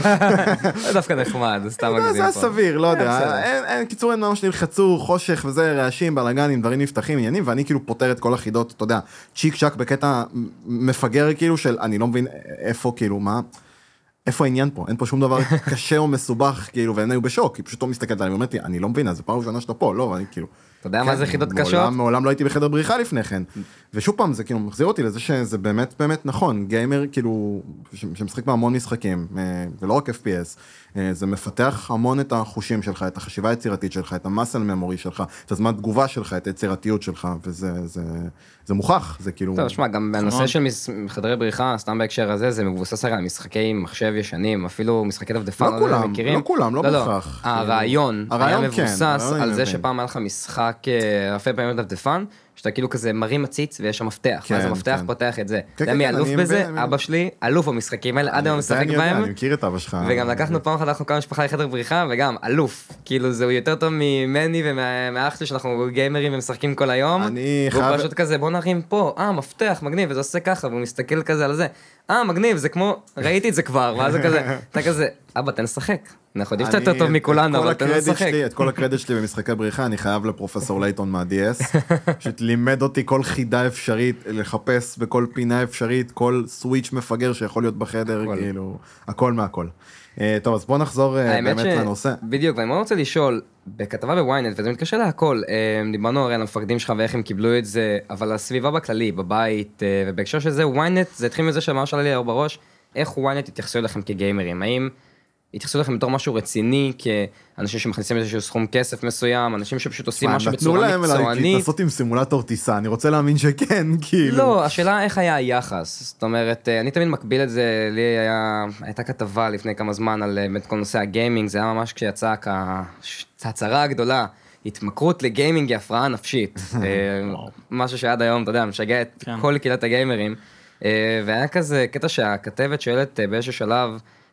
זה דווקא נחמד, זה סתם מגזים פה. זה סביר, לא יודע. אין, קיצור, אין ממש נלחצו, חושך וזה, רעשים, בלגנים, דברים נפתחים, עניינים, ואני כאילו פותר את כל החידות, אתה יודע, צ'יק צ'ק בקטע מפגר כאילו של, אני לא מבין איפה, כאילו, מה... איפה העניין פה? אין פה שום דבר קשה או מסובך, כאילו, והם היו בשוק, היא פשוט לא מסתכלת עליי, ואומרת לי, אני לא מבין, אז זה פעם ראשונה שאתה פה, לא, ואני כאילו... אתה יודע מה זה חידות קשות? מעולם לא הייתי בחדר בריחה לפני כן. ושוב פעם, זה כאילו מחזיר אותי לזה שזה באמת באמת נכון. גיימר, כאילו, שמשחק בהמון משחקים, ולא רק אף פי אס, זה מפתח המון את החושים שלך, את החשיבה היצירתית שלך, את המסל ממורי שלך, את הזמן תגובה שלך, את היצירתיות שלך, וזה, זה, זה מוכח, זה כאילו... טוב, שמע, גם בנושא של חדרי בריחה, סתם בהקשר הזה, זה מבוסס על משחקי מחשב ישנים, אפילו משחקי דפדפן, לא כולם, לא כולם, לא בהכרח. הרעיון היה מבוסס על זה שפעם היה לך משחק אלפי פעמים דפדפן, שאתה כאילו כזה מרים מציץ ויש שם מפתח, ואז המפתח פותח את זה. אתה יודע מי אלוף בזה? אבא שלי, אלוף במשחקים האלה, עד היום משחק בהם. אני מכיר את אבא שלך. וגם לקחנו פעם אחת, אנחנו כמה משפחה לחדר בריחה, וגם אלוף. כאילו זהו יותר טוב ממני ומאח שלי, שאנחנו גיימרים ומשחקים כל היום. והוא פשוט כזה, בוא נרים פה, אה, מפתח, מגניב, וזה עושה ככה, והוא מסתכל כזה על זה. אה, מגניב, זה כמו, ראיתי את זה כבר, ואז זה כזה, אתה כזה, אבא, תן לשחק. אנחנו יודעים שאתה יותר טוב מכולנו, אבל תן לשחק. את כל הקרדיט שלי במשחקי בריחה, אני חייב לפרופסור לייטון מה-די אס, פשוט לימד אותי כל חידה אפשרית, לחפש בכל פינה אפשרית, כל סוויץ' מפגר שיכול להיות בחדר, כאילו, הכל מהכל. טוב, אז בוא נחזור באמת לנושא. בדיוק, ואני מאוד רוצה לשאול, בכתבה בוויינט, וזה מתקשר להכל, דיברנו הרי על המפקדים שלך ואיך הם קיבלו את זה, אבל הסביבה בכללי, בבית, ובהקשר של זה, וויינט, זה התחיל מזה שמה שעלה לי בראש, איך וויינט התייחסו אליכם כגיימרים, האם התייחסו אליכם בתור משהו רציני, כאנשים שמכניסים איזשהו סכום כסף מסוים, אנשים שפשוט עושים משהו בצורה מקצוענית. נתנו להם לעשות עם סימולטור טיסה, אני רוצה להאמין שכן, כאילו. לא, השאלה איך היה היחס, זאת אומרת, אני תמיד מקביל את זה, לי היה, הייתה כתבה לפני כמה זמן על כל נושא הגיימינג, זה היה ממש כשיצאה הצהרה הגדולה, התמכרות לגיימינג היא הפרעה נפשית, משהו שעד היום, אתה יודע, משגע את כל קהילת הגיימרים, והיה כזה קטע שהכתבת שואלת באיזשהו שלב,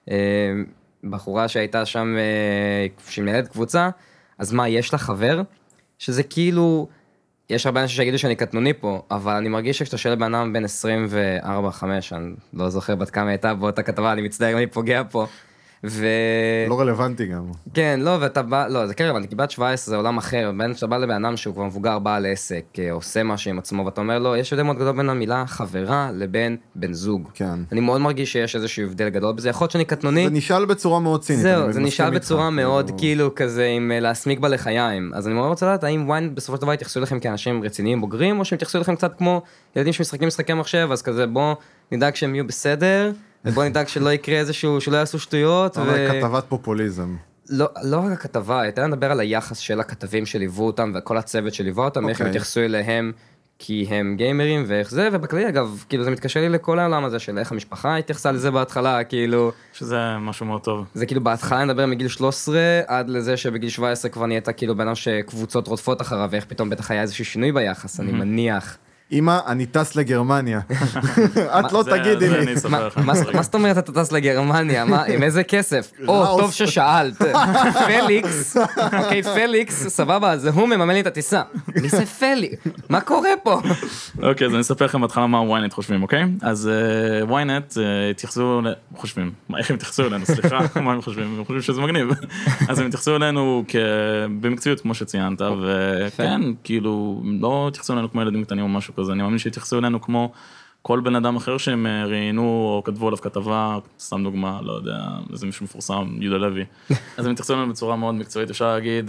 בחורה שהייתה שם, שהיא מנהלת קבוצה, אז מה, יש לה חבר? שזה כאילו, יש הרבה אנשים שיגידו שאני קטנוני פה, אבל אני מרגיש שכשאתה שואל בן אדם בין עשרים וארבע חמש, אני לא זוכר בת כמה הייתה באותה כתבה, אני מצטער, אני פוגע פה. ו... לא רלוונטי גם. כן, לא, ואתה בא, לא, זה כן רלוונטי, כי בת שבע עשרה זה עולם אחר, בין שאתה בא לבן אדם שהוא כבר מבוגר, בעל עסק, עושה משהו עם עצמו, ואתה אומר לו, יש הבדל מאוד גדול בין המילה חברה לבין בן זוג. כן. אני מאוד מרגיש שיש איזשהו הבדל גדול בזה, יכול להיות שאני קטנוני. זה נשאל בצורה מאוד צינית. זהו, זה נשאל בצורה מאוד כאילו כזה, עם להסמיק בה לחיים. אז אני מאוד רוצה לדעת, האם וויין בסופו של דבר יתייחסו לכם כאנשים רציניים בוגרים, או שהם יתייחסו לכם קצת כמו ילדים שמשחקים משחקי מחשב, אז כזה בוא נדאג שהם יהיו בסדר, ובוא נדאג שלא יקרה איזשהו, שלא יעשו שטויות. אבל כתבת פופוליזם. לא, לא רק הכתבה, יותר נדבר על היחס של הכתבים שליוו אותם, וכל הצוות שליוו אותם, איך הם התייחסו אליהם, כי הם גיימרים ואיך זה, ובכללי אגב, כאילו זה מתקשר לי לכל העולם הזה של איך המשפחה התייחסה לזה בהתחלה, כאילו... שזה משהו מאוד טוב. זה כאילו בהתחלה נדבר מגיל שלוש עשרה, עד לזה שבגיל שבע עשרה כבר נהייתה כאילו בן אדם שקבוצות רודפות אחריו, ואיך פתאום בטח היה איזשהו שינוי ביחס, אני מניח. אמא, אני טס לגרמניה. את לא תגידי לי. מה זאת אומרת אתה טס לגרמניה? עם איזה כסף? או, טוב ששאלת. פליקס, אוקיי, פליקס, סבבה, זה הוא מממן לי את הטיסה. מי זה פליקס? מה קורה פה? אוקיי, אז אני אספר לכם בהתחלה מה וויינט חושבים, אוקיי? אז וויינט התייחסו, חושבים, איך הם התייחסו אלינו, סליחה, מה הם חושבים? הם חושבים שזה מגניב. אז הם התייחסו אלינו במקצועיות, כמו שציינת, וכן, כאילו, לא התייחסו אלינו כמו ילדים קטנים או משהו כזה, אני מאמין שהתייחסו אלינו כמו כל בן אדם אחר שהם ראיינו או כתבו עליו כתבה, סתם דוגמה, לא יודע, איזה מישהו מפורסם, יהודה לוי. אז הם התייחסו אלינו בצורה מאוד מקצועית, אפשר להגיד,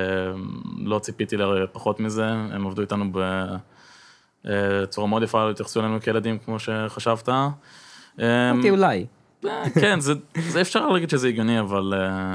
לא ציפיתי לפחות מזה, הם עבדו איתנו בצורה מאוד יפה, התייחסו אלינו כילדים כמו שחשבת. אותי אולי. כן, זה אפשר להגיד שזה הגיוני, אבל...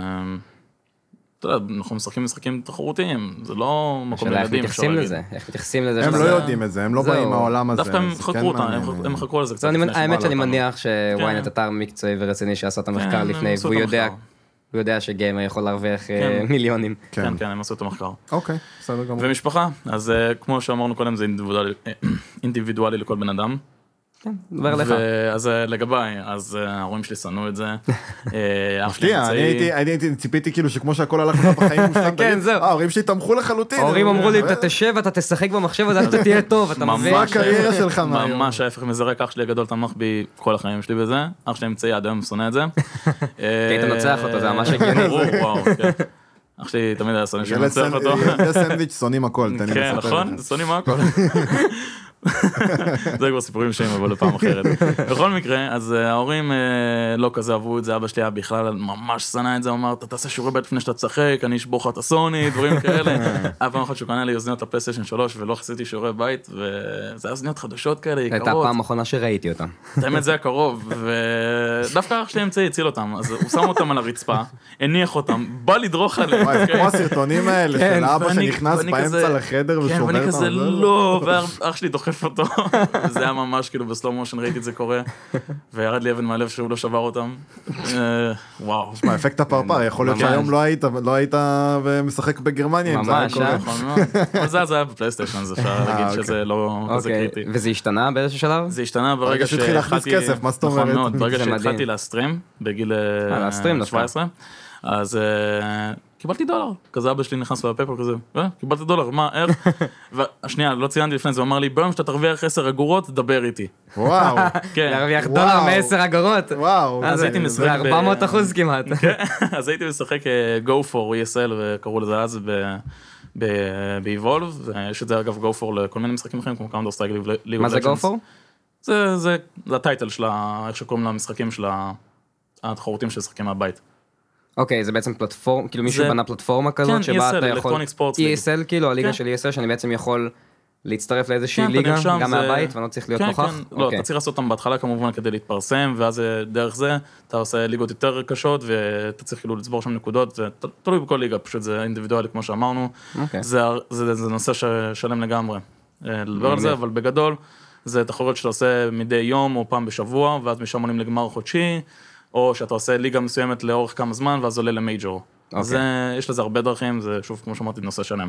אתה יודע, אנחנו משחקים משחקים תחרותיים, זה לא מקום לילדים. איך מתייחסים לזה? איך מתייחסים לזה? הם לא יודעים את זה, הם לא באים מהעולם הזה. דווקא הם חקרו אותם, הם חקרו על זה קצת. האמת שאני מניח שוויינט אתר מקצועי ורציני שעשה את המחקר לפני, והוא יודע שגיימר יכול להרוויח מיליונים. כן, כן, הם עשו את המחקר. אוקיי, בסדר גמור. ומשפחה, אז כמו שאמרנו קודם, זה אינדיבידואלי לכל בן אדם. דבר לך. אז לגביי, אז ההורים שלי שנאו את זה. מפתיע, אני הייתי, ציפיתי כאילו שכמו שהכל הלך לך בחיים מושלם, כן, זהו. ההורים שלי תמכו לחלוטין. ההורים אמרו לי, אתה תשב, אתה תשחק במחשב, אז אתה תהיה טוב, אתה מבין? מה הקריירה שלך מהיום? ממש ההפך מזרק, אח שלי הגדול תמך בי כל החיים שלי בזה, אח שלי אמצעי עד היום שונא את זה. כי היית נוצח אותו, זה ממש הגיוני. וואו, כן. אח שלי תמיד היה שונא שנוצח אותו. זה סנדוויץ' שונאים הכל, תן לי כן, נכון, שונאים הכל. זה כבר סיפורים שהם, אבל לפעם אחרת. בכל מקרה, אז ההורים לא כזה אהבו את זה, אבא שלי היה בכלל ממש שנא את זה, אמר, אתה תעשה שיעורי בית לפני שאתה תשחק, אני אשבור לך את הסוני, דברים כאלה. היה פעם אחת שהוא קנה לי אוזניות לפלייסטיישן שלוש, ולא עשיתי שיעורי בית, וזה היה אוזניות חדשות כאלה, יקרות. הייתה הפעם האחרונה שראיתי אותם. האמת, זה היה קרוב, ודווקא אח שלי אמצעי הציל אותם, אז הוא שם אותם על הרצפה, הניח אותם, בא לדרוך עליהם. כמו הסרטונים האלה של אבא שנכנס באמצע לחדר ושובר אותם. אותו, זה היה ממש כאילו בסלואו מושן, ראיתי את זה קורה, וירד לי אבן מהלב שהוא לא שבר אותם. וואו. שמע, אפקט הפרפר, יכול להיות שהיום לא היית משחק בגרמניה, אם זה היה קורה. אבל זה היה בפלייסטיישן, אז אפשר להגיד שזה לא כזה קריטי. וזה השתנה באיזשהו שלב? זה השתנה ברגע שהתחיל להכניס כסף, מה זאת אומרת? נכון מאוד, ברגע שהתחלתי להסטרים, בגיל שבע עשרה, אז קיבלתי דולר, כזה אבא שלי נכנס לפייפר כזה, קיבלתי דולר, מה, איך? והשנייה, לא ציינתי לפני זה, הוא אמר לי, ביום שאתה תרוויח עשר אגורות, דבר איתי. וואו. להרוויח דולר מ-עשר אגורות. וואו. אז הייתי משחק ב... ארבע מאות אחוז כמעט. אז הייתי משחק Go for E S L, וקראו לזה אז ב-Evolve, יש את זה אגב Go for לכל מיני משחקים אחרים, כמו Counter Strike, League of Legends. מה זה Go for? זה הטייטל של איך שקוראים למשחקים של התחרותים של משחקים מהבית. אוקיי, זה בעצם פלטפורמה, כאילו מישהו בנה פלטפורמה כזאת, שבה אתה יכול... Electronic Sports E S L, כאילו, הליגה של E S L, שאני בעצם יכול להצטרף לאיזושהי ליגה, גם מהבית, ואני לא צריך להיות נוכח. לא, אתה צריך לעשות אותם בהתחלה כמובן כדי להתפרסם, ואז דרך זה, אתה עושה ליגות יותר קשות, ואתה צריך כאילו לצבור שם נקודות, זה תלוי בכל ליגה, פשוט זה אינדיבידואלי, כמו שאמרנו. זה נושא שלם לגמרי, לדבר על זה, אבל בגדול, זה תחרויות שאתה עושה מדי יום או פעם בשבוע, ואז משם עולים לגמר חודשי, או שאתה עושה ליגה מסוימת לאורך כמה זמן, ואז עולה למייג'ור. אז יש לזה הרבה דרכים, זה שוב, כמו שאמרתי, נושא שלם.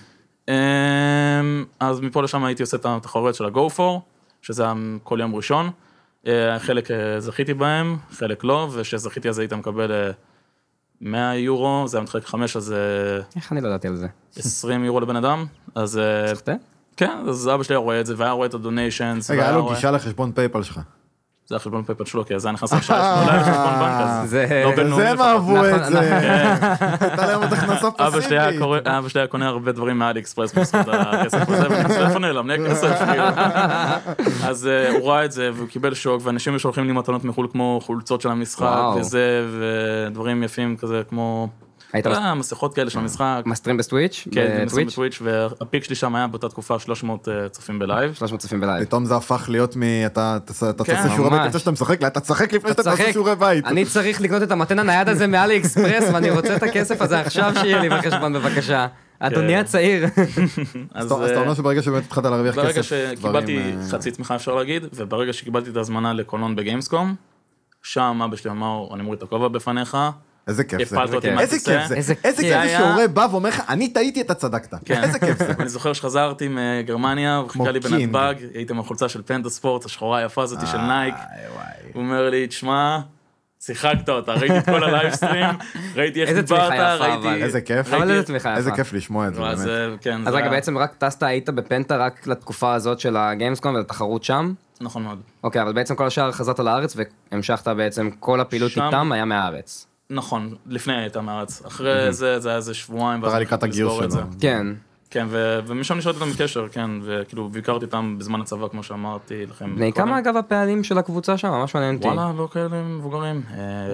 אז מפה לשם הייתי עושה את התחרויות של ה-Go for, שזה כל יום ראשון. חלק זכיתי בהם, חלק לא, ושזכיתי אז היית מקבל מאה יורו, זה היה מתחלק חמש, אז... איך אני לא ידעתי על זה? עשרים יורו לבן אדם, אז... שחטא? כן, אז אבא שלי רואה את זה, והיה רואה את הדוניישנס. רגע, היה לו גישה לחשבון פייפל שלך. זה החשבון פייפל שלו, כי זה היה נכנס עכשיו, אולי לחשבון בנק, אז זה הם אהבו את זה. הייתה להם עוד הכנסה פסיבית. אבא שלי היה קונה הרבה דברים מאלי אקספרס בזכות הכסף הזה, ואני חושב איפה נעלם, נהיה כסף. אז הוא ראה את זה, והוא קיבל שוק, ואנשים שולחים לי מתנות מחול כמו חולצות של המשחק, וזה, ודברים יפים כזה, כמו היית מסכות כאלה של המשחק. מסטרים בסטוויץ'? כן, מסטרים בטוויץ', והפיק שלי שם היה באותה תקופה שלוש מאות צופים בלייב. שלוש מאות צופים בלייב. פתאום זה הפך להיות מ... אתה תעשה שיעורי בית לפני שאתה משחק, אתה תשחק לפני שאתה תעשה שיעורי בית. אני צריך לקנות את המתן הנייד הזה מאלי אקספרס, ואני רוצה את הכסף הזה עכשיו שיהיה לי בחשבון בבקשה. אדוני הצעיר. אז אתה אומר שברגע שבאמת התחלת להרוויח כסף, ברגע שקיבלתי חצי תמיכה אפשר להגיד, וברגע שקיבלתי את הזמנה לקולנון בגיימסקום, שם אבא שלי אמר, אני מוריד את הכובע בפניך. איזה כיף זה. איזה כיף זה. איזה כיף זה שהורה בא ואומר לך, אני טעיתי, אתה צדקת. איזה כיף זה. אני זוכר שחזרתי מגרמניה, וחיכה לי בנתב"ג, הייתי מהחולצה של פנטה ספורט, השחורה היפה הזאתי של נייק. הוא אומר לי, תשמע, שיחקת אותה, ראיתי את כל הלייבסטרים, ראיתי איך דיברת, ראיתי... איזה כיף. אבל איזה תמיכה יפה. איזה כיף לשמוע את זה, באמת. אז רגע, בעצם רק טסת, היית בפנטה רק לתקופה הזאת של הגיימסקום ולתחרות שם? נכון מאוד. אוקיי, אבל בעצם כל השאר חזרת לארץ והמשכת בעצם כל הפעילות איתם היה מהארץ. נכון, לפני הייתה מהארץ. אחרי זה, זה היה איזה שבועיים. קרה לקראת הגיוס שלו. כן. כן, ומשם נשארתי איתם בקשר, כן, וכאילו, ביקרתי איתם בזמן הצבא, כמו שאמרתי לכם. בני כמה אגב הפעלים של הקבוצה שם? ממש מעניין אותי. וואלה, לא כאלה מבוגרים.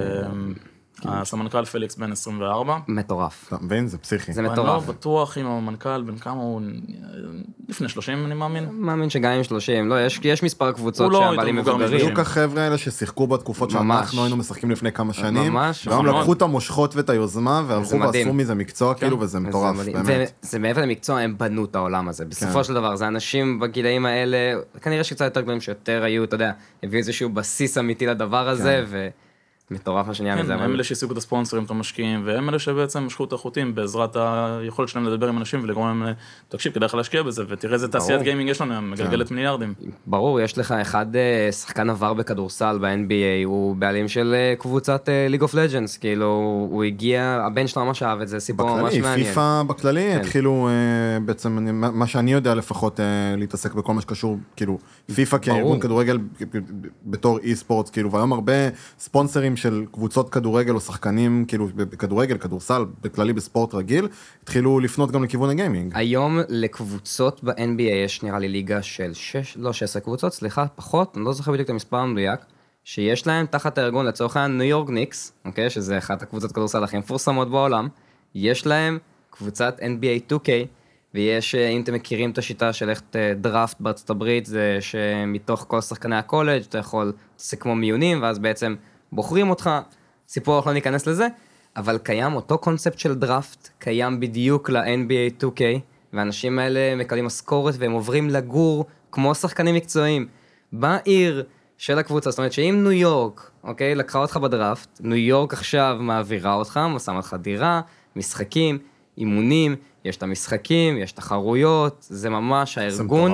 הסמנכ"ל פליקס בן עשרים וארבע. מטורף. אתה מבין? זה פסיכי. זה מטורף. אני לא בטוח אם המנכ"ל בן כמה הוא... לפני שלושים, אני מאמין. מאמין שגם עם שלושים. לא, יש מספר קבוצות שהבעלים מבוגרים. בדיוק החבר'ה האלה ששיחקו בתקופות שאנחנו היינו משחקים לפני כמה שנים. ממש. גם לקחו את המושכות ואת היוזמה, והלכו ועשו מזה מקצוע, כאילו, וזה מטורף, באמת. זה מעבר למקצוע, הם בנו את העולם הזה. בסופו של דבר, זה אנשים בגילאים האלה, כנראה שקצת יותר גדולים שיותר היו, אתה יודע, הביאו איזשהו בסיס אמיתי לדבר הזה, ו... מטורף מה שנהיה מזה. הם אלה שהשיגו את הספונסרים, את המשקיעים, והם אלה שבעצם משכו את החוטים בעזרת היכולת שלהם לדבר עם אנשים ולגרום להם, תקשיב, כדאי לך להשקיע בזה, ותראה איזה תעשיית גיימינג יש לנו, מגלגלת מיליארדים. ברור, יש לך אחד שחקן עבר בכדורסל ב-אן בי איי, הוא בעלים של קבוצת ליג אוף לג'נדס, כאילו, הוא הגיע, הבן שלו ממש אהב את זה, סיפור ממש מעניין. פיפה בכללי, התחילו בעצם, מה שאני יודע לפחות להתעסק בכל מה שקשור, כאילו, פיפה כארגון כדורגל בתור אי ספורט, כאילו, והיום הרבה ספונסרים של קבוצות כדורגל או שחקנים, כאילו בכדורגל, כדורסל, בכללי בספורט רגיל, התחילו לפנות גם לכיוון הגיימינג. היום לקבוצות ב-אן בי איי יש נראה לי ליגה של שש, לא שש עשרה קבוצות, סליחה, פחות, אני לא זוכר בדיוק את המספר המדויק, שיש להם תחת הארגון לצורך העניין ניו יורק ניקס, אוקיי, שזה אחת הקבוצות כדורסל הכי מפורסמות בעולם, יש להם קבוצת אן בי איי טו קיי, ויש, אם אתם מכירים את השיטה של איך דראפט בארצות הברית, זה שמתוך כל שחקני הקולג' אתה יכול לעשות כמו מיונים, ואז בעצם בוחרים אותך, סיפור לא ניכנס לזה, אבל קיים אותו קונספט של דראפט, קיים בדיוק ל-אן בי איי טו קיי, והאנשים האלה מקבלים משכורת והם עוברים לגור כמו שחקנים מקצועיים, בעיר של הקבוצה, זאת אומרת שאם ניו יורק, אוקיי, לקחה אותך בדראפט, ניו יורק עכשיו מעבירה אותך, שמה לך דירה, משחקים, אימונים, יש את המשחקים, יש תחרויות, זה ממש הארגון,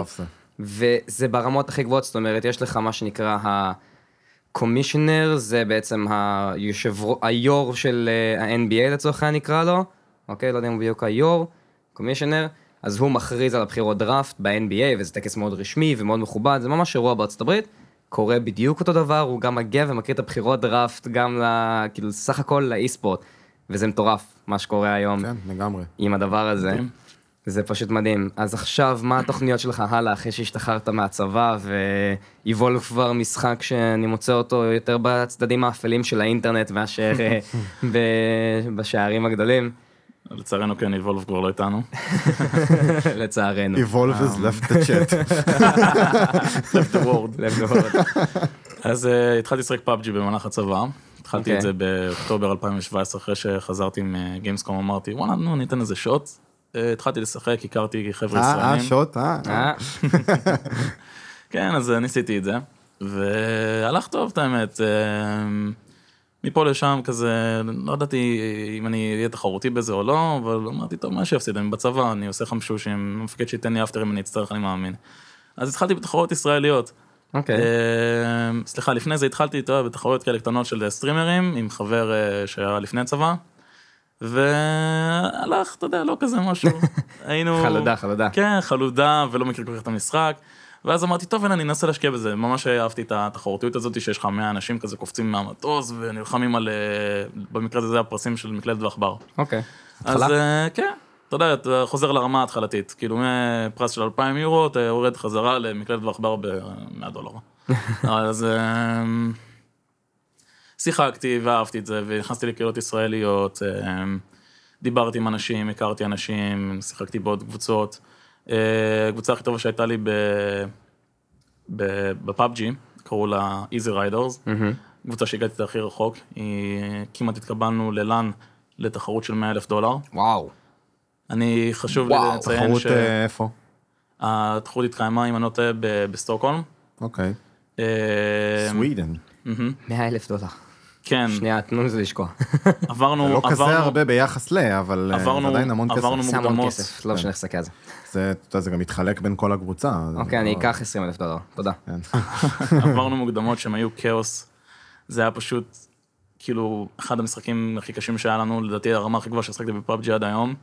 וזה ברמות הכי גבוהות, זאת אומרת, יש לך מה שנקרא ה... קומישיונר זה בעצם היו"ר של ה-אן בי איי לצורך העניין נקרא לו, אוקיי, לא יודע אם הוא בדיוק היו"ר, קומישיונר, אז הוא מכריז על הבחירות דראפט ב-אן בי איי, וזה טקס מאוד רשמי ומאוד מכובד, זה ממש אירוע בארצות הברית, קורה בדיוק אותו דבר, הוא גם מגיע ומכיר את הבחירות דראפט, גם כאילו סך הכל לאי-ספורט, וזה מטורף מה שקורה היום. כן, לגמרי. עם הדבר הזה. זה פשוט מדהים. אז עכשיו, מה התוכניות שלך הלאה, אחרי שהשתחררת מהצבא, ואיבולב כבר משחק שאני מוצא אותו יותר בצדדים האפלים של האינטרנט, מאשר בשערים הגדולים? לצערנו כן, איבולב כבר לא איתנו. לצערנו. איבולב is left the chat. left the world. left the world. אז התחלתי לשחק פאבג'י במהלך הצבא. התחלתי את זה באוקטובר אלפיים שבע עשרה, אחרי שחזרתי עם גיימסקום, אמרתי, וואלה, נו, ניתן איזה שוט. התחלתי לשחק, הכרתי חבר'ה ישראלים. אה, שוט, אה. כן, אז ניסיתי את זה, והלך טוב, את האמת. מפה לשם כזה, לא ידעתי אם אני אהיה תחרותי בזה או לא, אבל אמרתי, טוב, מה שיפסיד, אני בצבא, אני עושה חמשושים, מפקד שייתן לי אפטר אם אני אצטרך, אני מאמין. אז התחלתי בתחרויות ישראליות. אוקיי. סליחה, לפני זה התחלתי איתו בתחרויות כאלה קטנות של סטרימרים, עם חבר שהיה לפני הצבא. והלך, אתה יודע, לא כזה משהו. היינו... חלודה, חלודה. כן, חלודה, ולא מכיר כל כך את המשחק. ואז אמרתי, טוב, אני אנסה להשקיע בזה. ממש אהבתי את התחרותיות הזאת, שיש לך מאה אנשים כזה קופצים מהמטוס, ונלחמים על... במקרה הזה זה הפרסים של מקלדת ועכבר. אוקיי. אז כן, אתה יודע, אתה חוזר לרמה ההתחלתית. כאילו, מפרס של אלפיים יורו, אתה יורד חזרה למקלדת ועכבר ב-מאה דולר. אז... שיחקתי ואהבתי את זה, ונכנסתי לקהילות ישראליות, דיברתי עם אנשים, הכרתי אנשים, שיחקתי בעוד קבוצות. הקבוצה הכי טובה שהייתה לי בפאבג'י, קראו לה Easy Riders, קבוצה שהגעתי את הכי רחוק, כמעט התקבלנו ללן לתחרות של מאה אלף דולר. וואו. אני חשוב לי לציין תחרות ש... איפה? התחרות התקיימה, אם אני לא טועה, בסטוקהולם. אוקיי. סווידן. מאה אלף דולר. כן. שנייה, תנו לזה לשקוע. עברנו... לא כזה הרבה ביחס ל, אבל עדיין המון כסף. עברנו זה המון מוקדמות. כסף, לא משנה לחסק על זה. זה גם מתחלק בין כל הקבוצה. אוקיי, אני אקח עשרים אלף דולר, תודה. עברנו מוקדמות שהן היו כאוס. זה היה פשוט, כאילו, אחד המשחקים הכי קשים שהיה לנו, לדעתי הרמה הכי גבוהה ששחקתי בפאבג'י עד היום.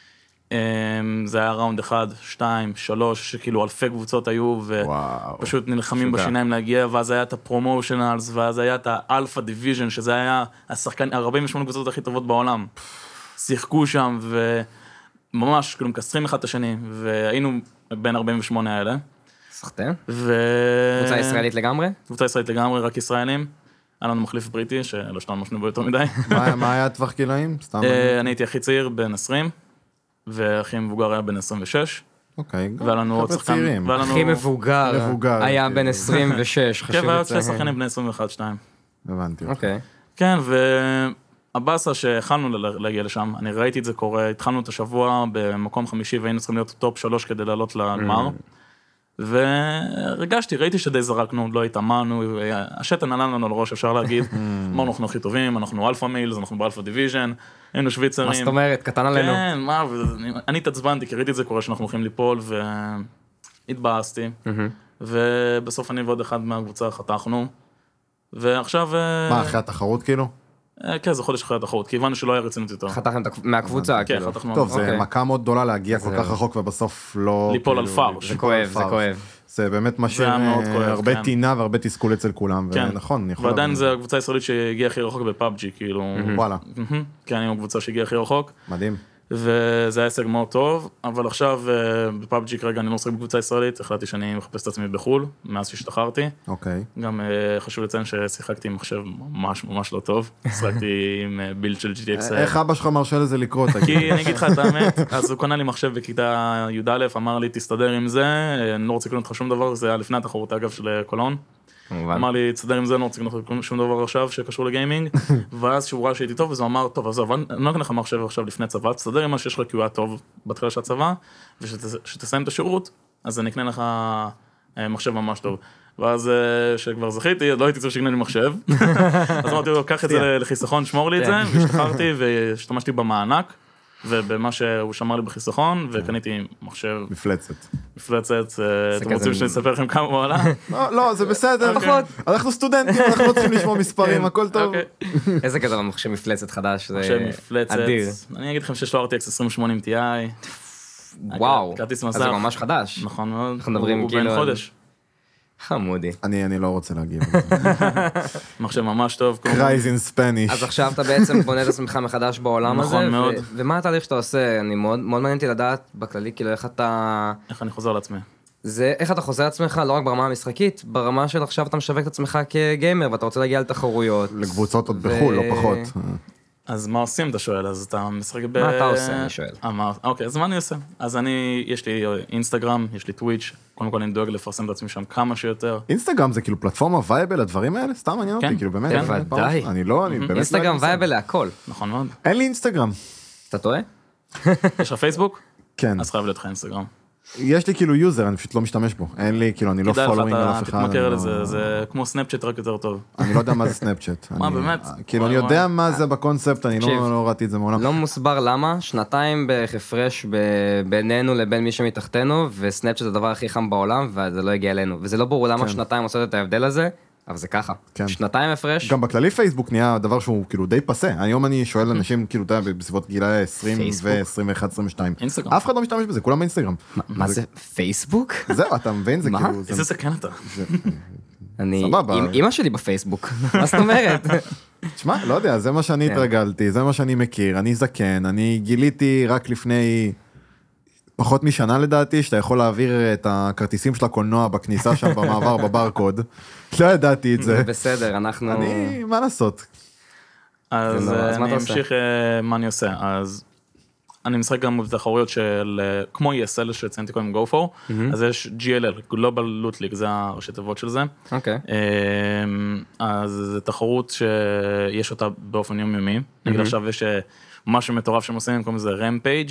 זה היה ראונד אחד, שתיים, שלוש, שכאילו אלפי קבוצות היו, ופשוט נלחמים בשיניים להגיע, ואז היה את הפרומושנלס, ואז היה את האלפא דיוויז'ן, שזה היה השחקן, ארבעים ושמונה קבוצות הכי טובות בעולם. שיחקו שם, וממש, כאילו, מקסרים אחד את השני, והיינו בין ארבעים ושמונה האלה. סחטן? ו... קבוצה ישראלית לגמרי? קבוצה ישראלית לגמרי, רק ישראלים. היה לנו מחליף בריטי, שלא השתמשנו בו יותר מדי. מה היה הטווח גילאים? אני הייתי הכי צעיר, בן עשרים. והכי מבוגר היה בן עשרים ושש. אוקיי, חבר'ה צעירים. הכי מבוגר היה בן עשרים ושש, חשוב לציין. כן, והיו עוד שני שחקנים בני עשרים ואחת שתיים. הבנתי. אוקיי. כן, והבאסה שהחלנו להגיע לשם, אני ראיתי את זה קורה, התחלנו את השבוע במקום חמישי, והיינו צריכים להיות טופ שלוש כדי לעלות לגמר. ורגשתי, ראיתי שדי זרקנו, לא התאמנו, השטן עלה לנו לראש, אפשר להגיד, אמרנו, אנחנו הכי טובים, אנחנו אלפא מיילס, אנחנו באלפא דיוויז'ן, היינו שוויצרים. מה זאת אומרת, קטן עלינו. כן, מה, אני התעצבנתי, כי ראיתי את זה קורה שאנחנו הולכים ליפול, והתבאסתי, ובסוף אני ועוד אחד מהקבוצה חתכנו, ועכשיו... מה, אחרי התחרות כאילו? כן, זה חודש אחרי התחרות, כי הבנו שלא היה רצינות יותר. חתכתם מהקבוצה, כן, כאילו. חתכנו. טוב, זה מכה מאוד גדולה להגיע כל כך רחוק, ובסוף לא... ליפול על פארש. זה כואב, זה כואב. זה באמת משאיר הרבה טינה והרבה תסכול אצל כולם, ונכון, אני יכול... ועדיין זה הקבוצה הישראלית שהגיעה הכי רחוק בפאבג'י, כאילו... וואלה. כן, עם הקבוצה שהגיעה הכי רחוק. מדהים. וזה היה הישג מאוד טוב, אבל עכשיו בפאבג'י כרגע אני לא משחק בקבוצה ישראלית, החלטתי שאני מחפש את עצמי בחול, מאז שהשתחררתי. אוקיי. גם חשוב לציין ששיחקתי עם מחשב ממש ממש לא טוב, שיחקתי עם בילד של ג'י טי אקס. איך אבא שלך מרשה לזה לקרות? כי אני אגיד לך את האמת, אז הוא קונה לי מחשב בכיתה י"א, אמר לי תסתדר עם זה, אני לא רוצה לקנות לך שום דבר, זה היה לפני התחרות אגב של קולון. אמר לי, תסדר עם זה, אני לא רוצה לקנות שום דבר עכשיו שקשור לגיימינג, ואז שהוא ראה שהייתי טוב, אז הוא אמר, טוב, אז אני לא אקנה לך מחשב עכשיו לפני צבא, תסדר עם מה שיש לך כי הוא היה טוב בתחילה של הצבא, ושתסיים את השירות, אז אני אקנה לך מחשב ממש טוב. ואז שכבר זכיתי, לא הייתי צריך שיקנה לי מחשב, אז אמרתי לו, קח את זה לחיסכון, שמור לי את זה, והשתחררתי והשתמשתי במענק, ובמה שהוא שמר לי בחיסכון, וקניתי מחשב... מפלצת. מפלצת, אתם רוצים שאני אספר לכם כמה הוא עלה? לא, זה בסדר. אנחנו סטודנטים, אנחנו לא צריכים לשמוע מספרים, הכל טוב. איזה כזה מחשב מפלצת חדש, זה מחשב מפלצת. אדיר. אני אגיד לכם שיש לו אר טי אקס עשרים ושמונה טי איי. וואו, כרטיס אז מסך. זה ממש חדש. נכון מאוד. אנחנו מדברים הוא כאילו... בן חודש. חמודי. אני לא רוצה להגיב. מחשב ממש טוב. קרייז אין ספניש. אז עכשיו אתה בעצם בונה את עצמך מחדש בעולם הזה. נכון מאוד. ומה התהליך שאתה עושה? אני מאוד מעניין אותי לדעת בכללי, כאילו איך אתה... איך אני חוזר לעצמי. זה איך אתה חוזר לעצמך, לא רק ברמה המשחקית, ברמה של עכשיו אתה משווק את עצמך כגיימר, ואתה רוצה להגיע לתחרויות. לקבוצות עוד בחול, לא פחות. אז מה עושים, אתה שואל? אז אתה משחק ב... מה אתה עושה, אני שואל. אוקיי, אז מה אני עושה? אז אני, יש לי אינסטגרם, יש לי טוויץ', קודם כל אני דואג לפרסם את עצמי שם כמה שיותר. אינסטגרם זה כאילו פלטפורמה וייבל, הדברים האלה? סתם מעניין אותי, כאילו באמת. כן, ודאי. אני לא, אני באמת... אינסטגרם וייבל להכל. נכון מאוד. אין לי אינסטגרם. אתה טועה? יש לך פייסבוק? כן. אז חייב להיות לך אינסטגרם. יש לי כאילו יוזר, אני פשוט לא משתמש בו. אין לי, כאילו, אני לא פולווינג על אף אחד. כדאי לך, אתה תתמכר לזה, זה כמו סנאפצ'אט רק יותר טוב. אני לא יודע מה זה סנאפצ'אט. מה, באמת? כאילו, אני יודע מה זה בקונספט, אני לא ראיתי את זה מעולם. לא מוסבר למה, שנתיים בערך הפרש בינינו לבין מי שמתחתנו, וסנאפצ'אט זה הדבר הכי חם בעולם, וזה לא הגיע אלינו. וזה לא ברור למה שנתיים עושות את ההבדל הזה, אבל זה ככה. שנתיים הפרש. גם בכללי פייסבוק נהיה דבר שהוא כאילו די פסה. היום אני שואל אנשים, כאילו, אתה יודע, בסביבות גילה עשרים ו-עשרים ואחת עשרים ושתיים. אינסטגרם. אף אחד לא משתמש בזה, כולם באינסטגרם. מה זה? פייסבוק? זהו, אתה מבין? זה כאילו... איזה סכן אתה. אני, אמא שלי בפייסבוק, מה זאת אומרת? תשמע, לא יודע, זה מה שאני התרגלתי, זה מה שאני מכיר, אני זקן, אני גיליתי רק לפני פחות משנה לדעתי, שאתה יכול להעביר את הכרטיסים של הקולנוע בכניסה שם במעבר בברקוד, לא ידעתי את זה. בסדר, אנחנו... אני, מה לעשות? אז אני אמשיך מה אני עושה, אז אני משחק גם בתחרויות של, כמו E S L שציינתי קודם Go for, אז יש G L L, Global Loot League, זה הראשי תיבות של זה. אוקיי. אז זו תחרות שיש אותה באופן יומיומי. נגיד עכשיו יש משהו מטורף שהם עושים, קוראים לזה רמפייג'.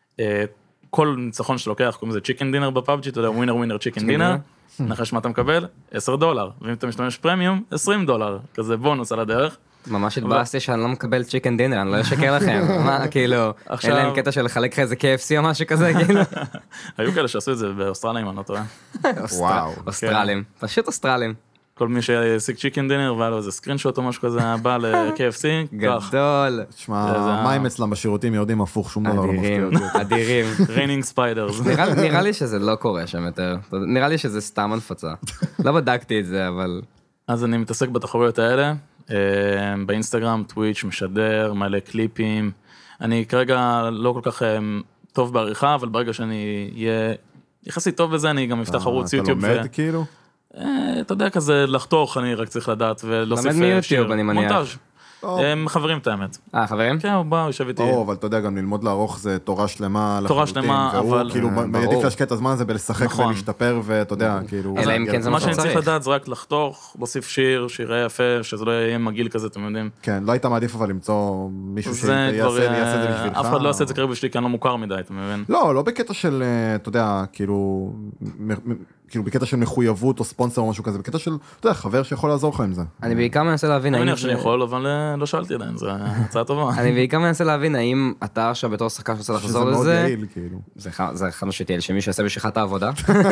כל ניצחון שלוקח, קוראים לזה צ'יקן דינר בפאבג'י, אתה יודע, ווינר ווינר צ'יקן דינר. נחש מה אתה מקבל? עשר דולר. ואם אתה משתמש פרמיום, עשרים דולר. כזה בונוס על הדרך. ממש התבאסתי שאני לא מקבל צ'יקן דינר, אני לא אשקר לכם. מה, כאילו, אין להם קטע של לחלק לך איזה K F C או משהו כזה, כאילו. היו כאלה שעשו את זה באוסטרליה, אם אני לא טועה. וואו. אוסטרלים, פשוט אוסטרלים. כל מי שהשיג צ'יקן דינר, והיה לו איזה סקרינשוט או משהו כזה, בא ל-K F C, גדול. תשמע, מים אצלם בשירותים יורדים הפוך, שום דבר לא מפתיע אדירים, אדירים. ריינינג ספיידרס. נראה לי שזה לא קורה שם יותר, נראה לי שזה סתם הנפצה. לא בדקתי את זה, אבל... אז אני מתעסק בתחרויות האלה, באינסטגרם, טוויץ', משדר, מלא קליפים. אני כרגע לא כל כך טוב בעריכה, אבל ברגע שאני אהיה יחסית טוב בזה, אני גם אפתח ערוץ יוטיוב. אתה לומד כאילו? אתה יודע, כזה לחתוך, אני רק צריך לדעת ולהוסיף למד מיוטיוב, אני מניח. מונטאז'. הם חברים את האמת. אה, חברים? כן, הוא בא, הוא יושב איתי. או, אבל אתה יודע, גם ללמוד לערוך זה תורה שלמה. תורה שלמה, אבל... והוא כאילו, מעדיף להשקיע את הזמן הזה בלשחק ולהשתפר, ואתה יודע, כאילו... אלא אם כן זה מה מה שאני שצריך. צריך לדעת זה רק לחתוך, להוסיף שיר, שיראה יפה, שזה לא יהיה מגעיל כזה, אתם יודעים. כן, לא היית מעדיף אבל למצוא מישהו זה שיעשה כבר... את זה בשבילך. אף אחד לא עושה את זה כרגע בשבילי, כי אני לא מוכר מדי, אתה מבין? לא, לא בקטע של, אתה יודע, כאילו... כאילו בקטע של מחויבות או ספונסר או משהו כזה, בקטע של, אתה יודע, חבר שיכול לעזור לך עם זה. אני בעיקר מנסה להבין... אני מניח שאני יכול, אבל לא שאלתי עדיין, זו הצעה טובה. אני בעיקר מנסה להבין האם אתה עכשיו בתור שחקן שרוצה לחזור לזה... שזה מאוד יעיל, כאילו. זה חנות שתהיה שמישהו יעשה בשחת העבודה.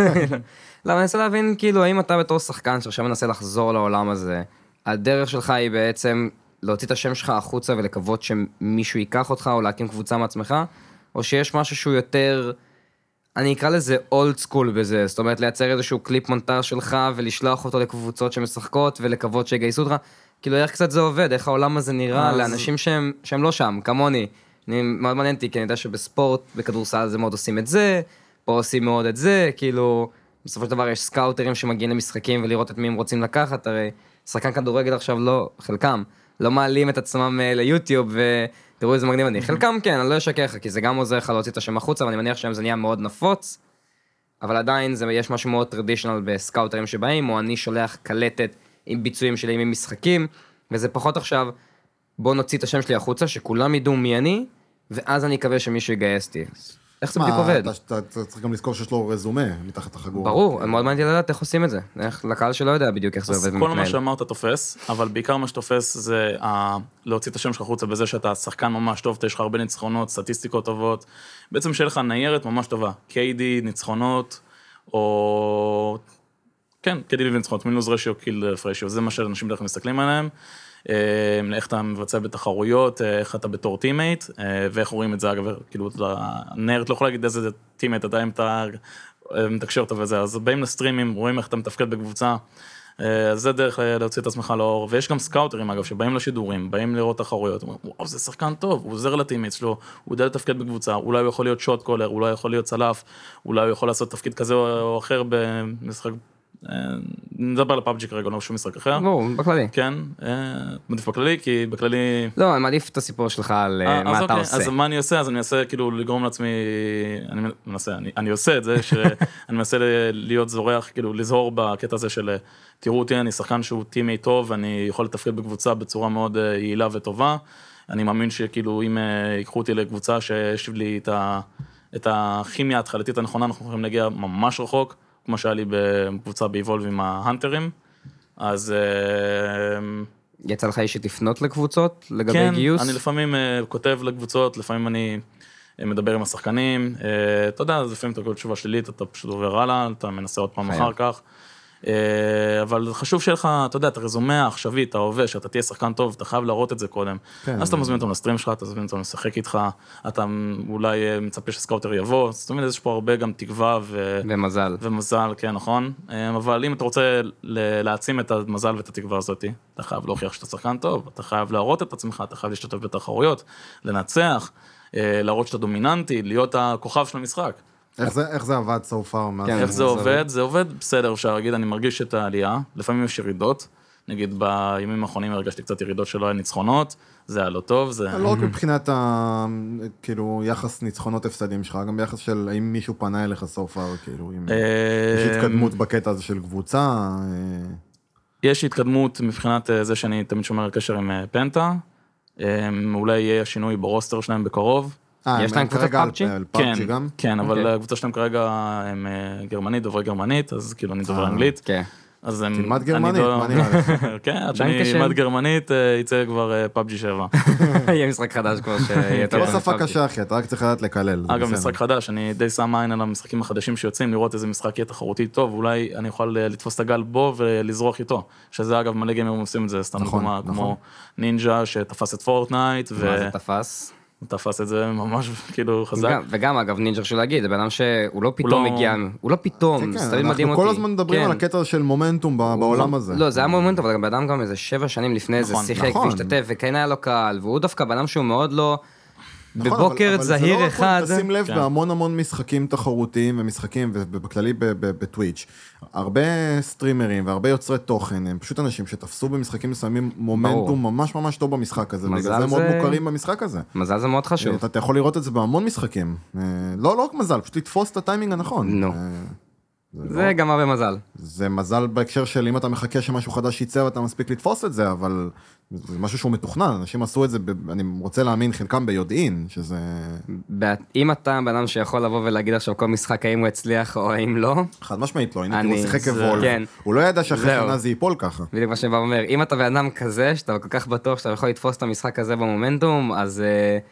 לא, אני מנסה להבין, כאילו, האם אתה בתור שחקן שעכשיו מנסה לחזור לעולם הזה, הדרך שלך היא בעצם להוציא את השם שלך החוצה ולקוות שמישהו ייקח אותך או להקים קבוצה מעצמך, או שיש משהו שהוא יותר... אני אקרא לזה אולד סקול בזה, זאת אומרת לייצר איזשהו קליפ מונטאז' שלך ולשלוח אותו לקבוצות שמשחקות ולקוות שיגייסו אותך, כאילו איך קצת זה עובד, איך העולם הזה נראה לאנשים שהם, שהם לא שם, כמוני. אני מאוד מעניין אותי, כי אני יודע שבספורט, בכדורסל זה מאוד עושים את זה, פה עושים מאוד את זה, כאילו בסופו של דבר יש סקאוטרים שמגיעים למשחקים ולראות את מי הם רוצים לקחת, הרי שחקן כדורגל עכשיו לא, חלקם, לא מעלים את עצמם ליוטיוב ו... תראו איזה מגניב אני. חלקם כן, אני לא אשקר לך, כי זה גם עוזר לך להוציא את השם החוצה, ואני מניח שהם זה נהיה מאוד נפוץ, אבל עדיין זה, יש משהו מאוד טרדישנל בסקאוטרים שבאים, או אני שולח קלטת עם ביצועים שלי, עם משחקים, וזה פחות עכשיו, בוא נוציא את השם שלי החוצה, שכולם ידעו מי אני, ואז אני אקווה שמישהו יגייס אותי. איך זה בדיוק עובד? אתה צריך גם לזכור שיש לו רזומה מתחת החגורה. ברור, מאוד מעניין לדעת איך עושים את זה. איך לקהל שלא יודע בדיוק איך זה עובד ומתנהל. אז כל מה שאמרת תופס, אבל בעיקר מה שתופס זה להוציא את השם שלך חוצה בזה שאתה שחקן ממש טוב, יש לך הרבה ניצחונות, סטטיסטיקות טובות, בעצם שיהיה לך ניירת ממש טובה, קיי די, ניצחונות, או... כן, קיי די וניצחונות, מינוס רשיו, קיל פרשיו, זה מה שאנשים בדרך מסתכלים עליהם. איך אתה מבצע בתחרויות, איך אתה בתור טימייט, ואיך רואים את זה, אגב, כאילו, הנערת לא יכול להגיד איזה טימייט, אתה אם אתה מתקשר אותו וזה, אז באים לסטרימים, רואים איך אתה מתפקד בקבוצה, אז זה דרך להוציא את עצמך לאור, ויש גם סקאוטרים, אגב, שבאים לשידורים, באים לראות תחרויות, וואו, זה שחקן טוב, הוא עוזר לטימייט שלו, הוא יודע לתפקד בקבוצה, אולי הוא יכול להיות שוט קולר, אולי הוא יכול להיות צלף, אולי הוא יכול לעשות תפקיד כזה או אחר במשחק נדבר על פאבג'י כרגע, לא שום משחק אחר. ברור, בכללי. כן, מעדיף בכללי, כי בכללי... לא, אני מעדיף את הסיפור שלך על מה אתה עושה. אז מה אני עושה? אז אני מנסה כאילו לגרום לעצמי, אני מנסה, אני עושה את זה, שאני מנסה להיות זורח, כאילו לזהור בקטע הזה של, תראו אותי, אני שחקן שהוא טימי טוב, אני יכול לתפקד בקבוצה בצורה מאוד יעילה וטובה, אני מאמין שכאילו אם ייקחו אותי לקבוצה שיש לי את הכימיה ההתחלתית הנכונה, אנחנו יכולים להגיע ממש רחוק, כמו שהיה לי בקבוצה באיבולב עם ההנטרים, אז... יצא לך אישית לפנות לקבוצות לגבי גיוס? כן, אני לפעמים כותב לקבוצות, לפעמים אני מדבר עם השחקנים, אתה יודע, אז לפעמים אתה קורא תשובה שלילית, אתה פשוט עובר הלאה, אתה מנסה עוד פעם אחר כך, אבל חשוב שיהיה לך, אתה יודע, את הרזומה העכשווי, אתה ההווה, שאתה תהיה שחקן טוב, אתה חייב להראות את זה קודם. אז אתה מזמין אותם לסטרים שלך, אתה מזמין אותם לשחק איתך, אתה אולי מצפה שסקאוטר יבוא, זאת אומרת, יש פה הרבה גם תקווה ומזל. ומזל, כן, נכון. אבל אם אתה רוצה להעצים את המזל ואת התקווה הזאת, אתה חייב להוכיח שאתה שחקן טוב, אתה חייב להראות את עצמך, אתה חייב להשתתף בתחרויות, לנצח, להראות שאתה דומיננטי, להיות הכוכב של המשחק. איך זה, איך זה עבד so far? איך זה עובד? זה עובד בסדר, אפשר להגיד, אני מרגיש את העלייה, לפעמים יש ירידות, נגיד בימים האחרונים הרגשתי קצת ירידות שלא היה ניצחונות, זה היה לא טוב, זה... לא רק מבחינת ה... כאילו, יחס ניצחונות הפסדים שלך, גם ביחס של האם מישהו פנה אליך סופר, כאילו, אם יש התקדמות בקטע הזה של קבוצה. יש התקדמות מבחינת זה שאני תמיד שומר קשר עם פנטה, אולי יהיה שינוי ברוסטר שלהם בקרוב. יש להם קבוצת פאבג'י? כן, כן, אבל הקבוצה שלהם כרגע הם גרמנית, דוברי גרמנית, אז כאילו אני דובר אנגלית. כן. תלמד גרמנית, מה נראה לך? כן, עד שאני אלמד גרמנית, יצא כבר פאבג'י שבע. יהיה משחק חדש כמו שיהיה לא שפה קשה, אחי, אתה רק צריך לדעת לקלל. אגב, משחק חדש, אני די שם עין על המשחקים החדשים שיוצאים, לראות איזה משחק יהיה תחרותי טוב, אולי אני יכול לתפוס את הגל בו ולזרוח איתו, שזה אגב מלא גיימרים עושים את זה, סתם דוגמה, כמו נינג'ה שתפס את פורטנייט. מה זה תפס? הוא תפס את זה ממש כאילו חזק. וגם אגב נינג'ה של להגיד, זה בן אדם שהוא לא פתאום הגיע, הוא לא פתאום, זה תמיד מדהים אותי. אנחנו כל הזמן מדברים על הקטע של מומנטום בעולם הזה. לא, זה היה מומנטום, אבל גם בן אדם גם איזה שבע שנים לפני זה שיחק והשתתף, וכן היה לו קהל, והוא דווקא בן אדם שהוא מאוד לא... בבוקר זהיר אחד. תשים לב בהמון המון משחקים תחרותיים ומשחקים, ובכללי בטוויץ', הרבה סטרימרים והרבה יוצרי תוכן, הם פשוט אנשים שתפסו במשחקים מסוימים מומנטום ממש ממש טוב במשחק הזה, בגלל זה הם מאוד מוכרים במשחק הזה. מזל זה מאוד חשוב. אתה יכול לראות את זה בהמון משחקים. לא, לא רק מזל, פשוט לתפוס את הטיימינג הנכון. נו. זה גם הרבה מזל. זה מזל בהקשר של אם אתה מחכה שמשהו חדש ייצא ואתה מספיק לתפוס את זה, אבל זה משהו שהוא מתוכנן, אנשים עשו את זה, אני רוצה להאמין חלקם ביודעין, שזה... אם אתה בן אדם שיכול לבוא ולהגיד עכשיו כל משחק האם הוא הצליח או האם לא... חד משמעית לא, הנה, הוא שיחק אבולף, הוא לא ידע שאחרי שנה זה ייפול ככה. בדיוק מה שבא אומר, אם אתה בן אדם כזה, שאתה כל כך בטוח שאתה יכול לתפוס את המשחק הזה במומנטום, אז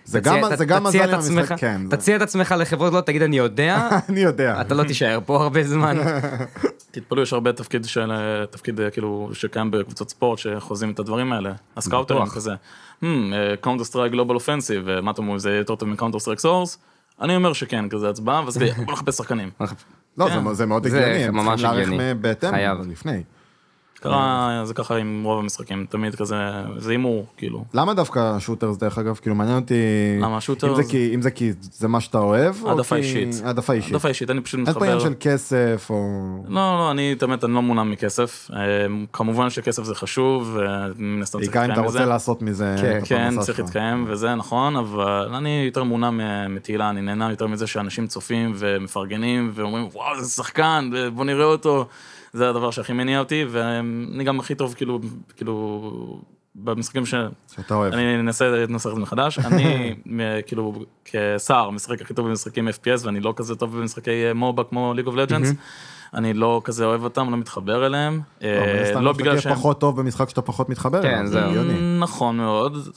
תציע את עצמך לחברות, לא תגיד אני יודע, אני יודע. אתה לא תישאר פה הרבה זמן. תתפלאו, יש הרבה תפקיד של, תפקיד כאילו שקיים בקבוצות ספורט שחוזים את הדברים האלה. הסקאוטרים כזה. קאונטר סטרייק גלובל אופנסיב, מה אתם אומרים, זה יותר טוב מקאונטר סטרייק סורס? אני אומר שכן, כזה הצבעה, ואז בוא נחפש שחקנים. לא, זה מאוד הגיוני, זה ממש הגיוני. בהתאם, לפני. קרה, זה ככה עם רוב המשחקים, תמיד כזה, זה אימור, כאילו. למה דווקא שוטרס דרך אגב? כאילו מעניין אותי... למה שוטרס? אם זה כי זה מה שאתה אוהב, העדפה אישית. העדפה אישית. העדפה אישית, אני פשוט מתחבר... אין פה עניין של כסף או... לא, לא, אני תמיד, אני לא מונע מכסף. כמובן שכסף זה חשוב, ונסתם צריך להתקיים מזה. אם אתה רוצה לעשות מזה... כן, צריך להתקיים, וזה נכון, אבל אני יותר מונע מתהילה, אני נהנה יותר מזה שאנשים צופים ומפרגנים, ואומרים, וואו, זה שחקן, בוא נראה אותו. זה הדבר שהכי מניע אותי, ואני גם הכי טוב, כאילו, כאילו, במשחקים ש... שאתה אוהב. אני אנסה לנסח את זה מחדש, אני, כאילו, כשר, משחק הכי טוב במשחקים אף פי אס, ואני לא כזה טוב במשחקי מובה כמו ליג אוף לג'נדס, אני לא כזה אוהב אותם, לא מתחבר אליהם, לא בגלל שהם... פחות טוב במשחק שאתה פחות מתחבר אליהם, זה הגיוני. נכון מאוד,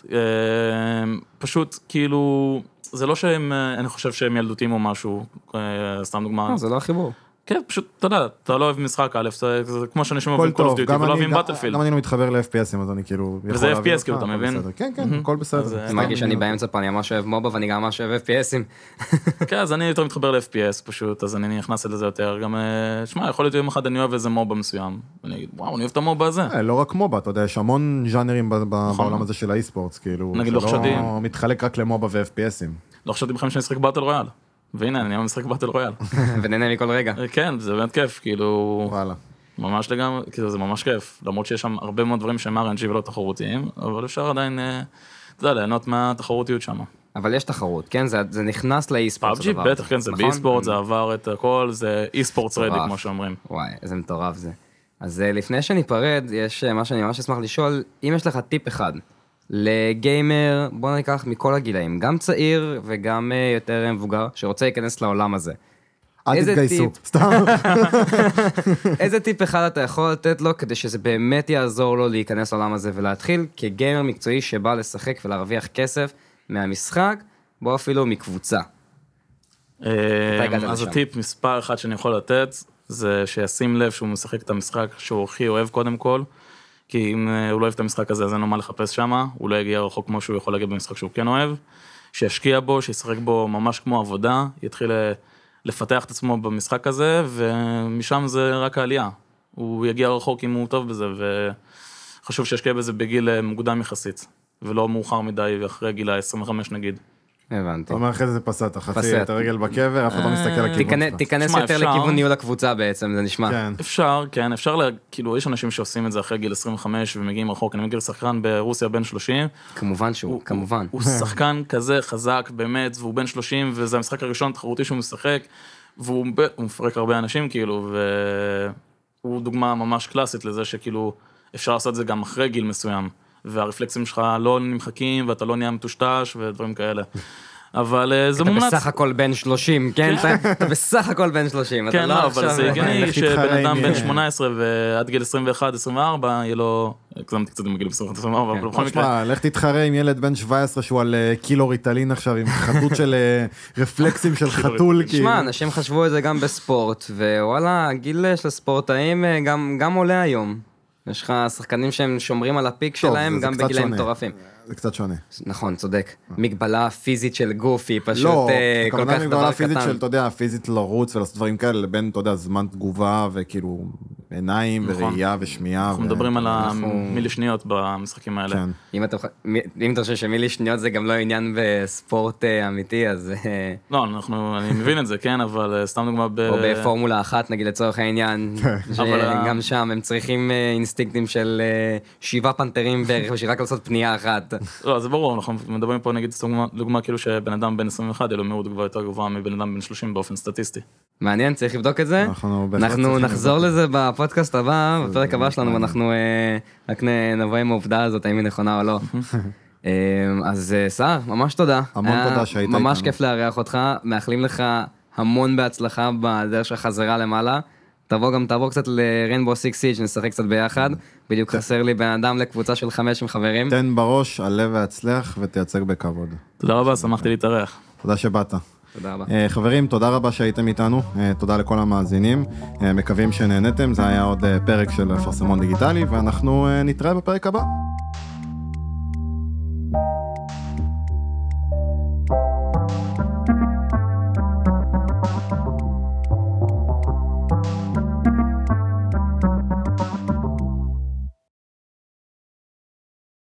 פשוט, כאילו, זה לא שהם, אני חושב שהם ילדותים או משהו, סתם דוגמה. זה לא החיבור. כן, פשוט, אתה יודע, אתה לא אוהב משחק, א', זה כמו שאני שומע בין Call of Duty, ולא אוהבים Battlefield. גם אני מתחבר ל-אף פי אסים, אז אני כאילו... וזה אף פי אס, כאילו, אתה מבין? כן, כן, הכל בסדר. אני מרגיש שאני באמצע פה, אני ממש אוהב מובה, ואני גם ממש אוהב אף פי אסים. כן, אז אני יותר מתחבר ל-אף פי אס, פשוט, אז אני נכנס לזה יותר, גם, שמע, יכול להיות יום אחד אני אוהב איזה מובה מסוים, ואני אגיד, וואו, אני אוהב את המובה הזה. לא רק מובה, אתה יודע, יש המון ז'אנרים בעולם הזה של האי-ספורטס, כאילו, שלא מתחלק רק למובה ו-אף פי אסים. לא חשבתי בכלל שאני אשחק באטל רויאל. והנה, אני היום משחק באטל רויאל. ונהנה מכל רגע. כן, זה באמת כיף, כאילו... וואלה. ממש לגמרי, כאילו זה ממש כיף. למרות שיש שם הרבה מאוד דברים שהם אר אן ג'י ולא תחרותיים, אבל אפשר עדיין, אתה יודע, ליהנות מהתחרותיות שם. אבל יש תחרות, כן? זה נכנס לאי-ספורט. פאבג'י, בטח, כן, זה באי-ספורט, זה עבר את הכל, זה אי-ספורט רדי, כמו שאומרים. וואי, איזה מטורף זה. אז לפני שניפרד, יש מה שאני ממש אשמח לשאול, אם יש לך טיפ אחד, לגיימר, בוא ניקח מכל הגילאים, גם צעיר וגם יותר מבוגר, שרוצה להיכנס לעולם הזה. אל תתגייסו, סתם. איזה טיפ אחד אתה יכול לתת לו, כדי שזה באמת יעזור לו להיכנס לעולם הזה, ולהתחיל כגיימר מקצועי שבא לשחק ולהרוויח כסף מהמשחק, בו אפילו מקבוצה. אז הטיפ מספר אחד שאני יכול לתת, זה שישים לב שהוא משחק את המשחק שהוא הכי אוהב קודם כל, כי אם הוא לא אוהב את המשחק הזה, אז אין לו מה לחפש שם, הוא לא יגיע רחוק כמו שהוא יכול להגיע במשחק שהוא כן אוהב, שישקיע בו, שישחק בו ממש כמו עבודה, יתחיל לפתח את עצמו במשחק הזה, ומשם זה רק העלייה. הוא יגיע רחוק אם הוא טוב בזה, וחשוב שישקיע בזה בגיל מוקדם יחסית, ולא מאוחר מדי אחרי גיל ה-עשרים וחמש נגיד. הבנתי. אתה אומר אחרי זה פסעת, חצי פסעת. את הרגל בקבר, אף אחד לא מסתכל לכיוון תיכנס- שלך. תיכנס תשמע, יותר אפשר. לכיוון ניהול הקבוצה בעצם, זה נשמע. כן. אפשר, כן, אפשר, לה, כאילו, יש אנשים שעושים את זה אחרי גיל עשרים וחמש ומגיעים רחוק, אני מכיר שחקן ברוסיה בן שלושים, כמובן שהוא, הוא- כמובן. הוא שחקן כזה חזק באמת, והוא בן שלושים, וזה המשחק הראשון תחרותי שהוא משחק, והוא ב- הוא מפרק הרבה אנשים, כאילו, והוא דוגמה ממש קלאסית לזה שכאילו, אפשר לעשות את זה גם אחרי גיל מסוים, והרפלקסים שלך לא נמחקים, ואתה לא נהיה מטושטש, ודברים כאלה. אבל אה, זה אתה מומלץ. בסך הכל בן שלושים, כן? אתה- אתה בסך הכל בן שלושים. אתה כן, לא לא, אבל עכשיו- זה הגיוני לך תתחרה שבן אדם עם- בן שמונה עשרה ועד גיל עשרים ואחת עשרים וארבע, יהיה לו, הגזמתי קצת עם גיל עשרים ואחת עשרים וארבע, אבל בכל מקרה, תשמע, לך תתחרה עם ילד בן שבע עשרה שהוא על אה, קילו ריטלין עכשיו, עם חטות של אה, רפלקסים של חתול, כאילו. שמע, אנשים חשבו את זה גם בספורט, ווואלה, הגיל של ספורטאים אה, גם, גם עולה היום. יש לך שחקנים שהם שומרים על הפיק טוב, שלהם, זה- זה גם קצת בגילאים שונה. מטורפים. זה קצת שונה. נכון, צודק. מגבלה פיזית של גוף היא פשוט לא, אה, כל הכוונה כך מגבלה דבר פיזית קטן. של, אתה יודע, פיזית לרוץ ולעשות דברים כאלה, לבין, אתה יודע, זמן תגובה וכאילו עיניים נכון. וראייה ושמיעה. אנחנו ו- מדברים על אנחנו- המילי שניות במשחקים האלה. כן. אם אתה, אם אתה חושב שמילי שניות זה גם לא עניין בספורט אה, אמיתי, אז... אה, לא, אנחנו, אני מבין את זה, כן, אבל אה, סתם דוגמה ב... או בפורמולה אחת, נגיד לצורך העניין, אבל ה- שגם שם הם צריכים אה, אינסטינקטים של אה, שבעה פנתרים בערך, בשביל רק לעשות פנייה אחת. לא, זה ברור, אנחנו מדברים פה נגיד דוגמה, דוגמה כאילו שבן אדם בן עשרים ואחת, יהיה לו מהירות גבוהה יותר גבוהה מבן אדם בן שלושים באופן סטטיסטי. מעניין, צריך לבדוק את זה. אנחנו בהחלט אנחנו צריכים נחזור לבדוק. לזה בפודקאסט הבא, בפרק הבא שלנו, מעניין. ואנחנו אה, רק נ- נבוא עם העובדה הזאת, האם היא נכונה או לא. אה, אז אה, סער, ממש תודה. המון היה תודה שהיית ממש איתנו. כיף לארח אותך, מאחלים לך המון בהצלחה בדרך שלך חזרה למעלה. תבוא גם, תעבור קצת לריינבו סיקס סיג' שנשחק קצת ביחד. בדיוק חסר לי בן אדם לקבוצה של חמש עם חברים. תן בראש, עלה והצלח ותייצג בכבוד. תודה רבה, שמחתי להתארח. תודה שבאת. תודה רבה. אה, חברים, תודה רבה שהייתם איתנו, אה, תודה לכל המאזינים, אה, מקווים שנהנתם, זה היה עוד אה, פרק של אפרסמון דיגיטלי, ואנחנו אה, נתראה בפרק הבא.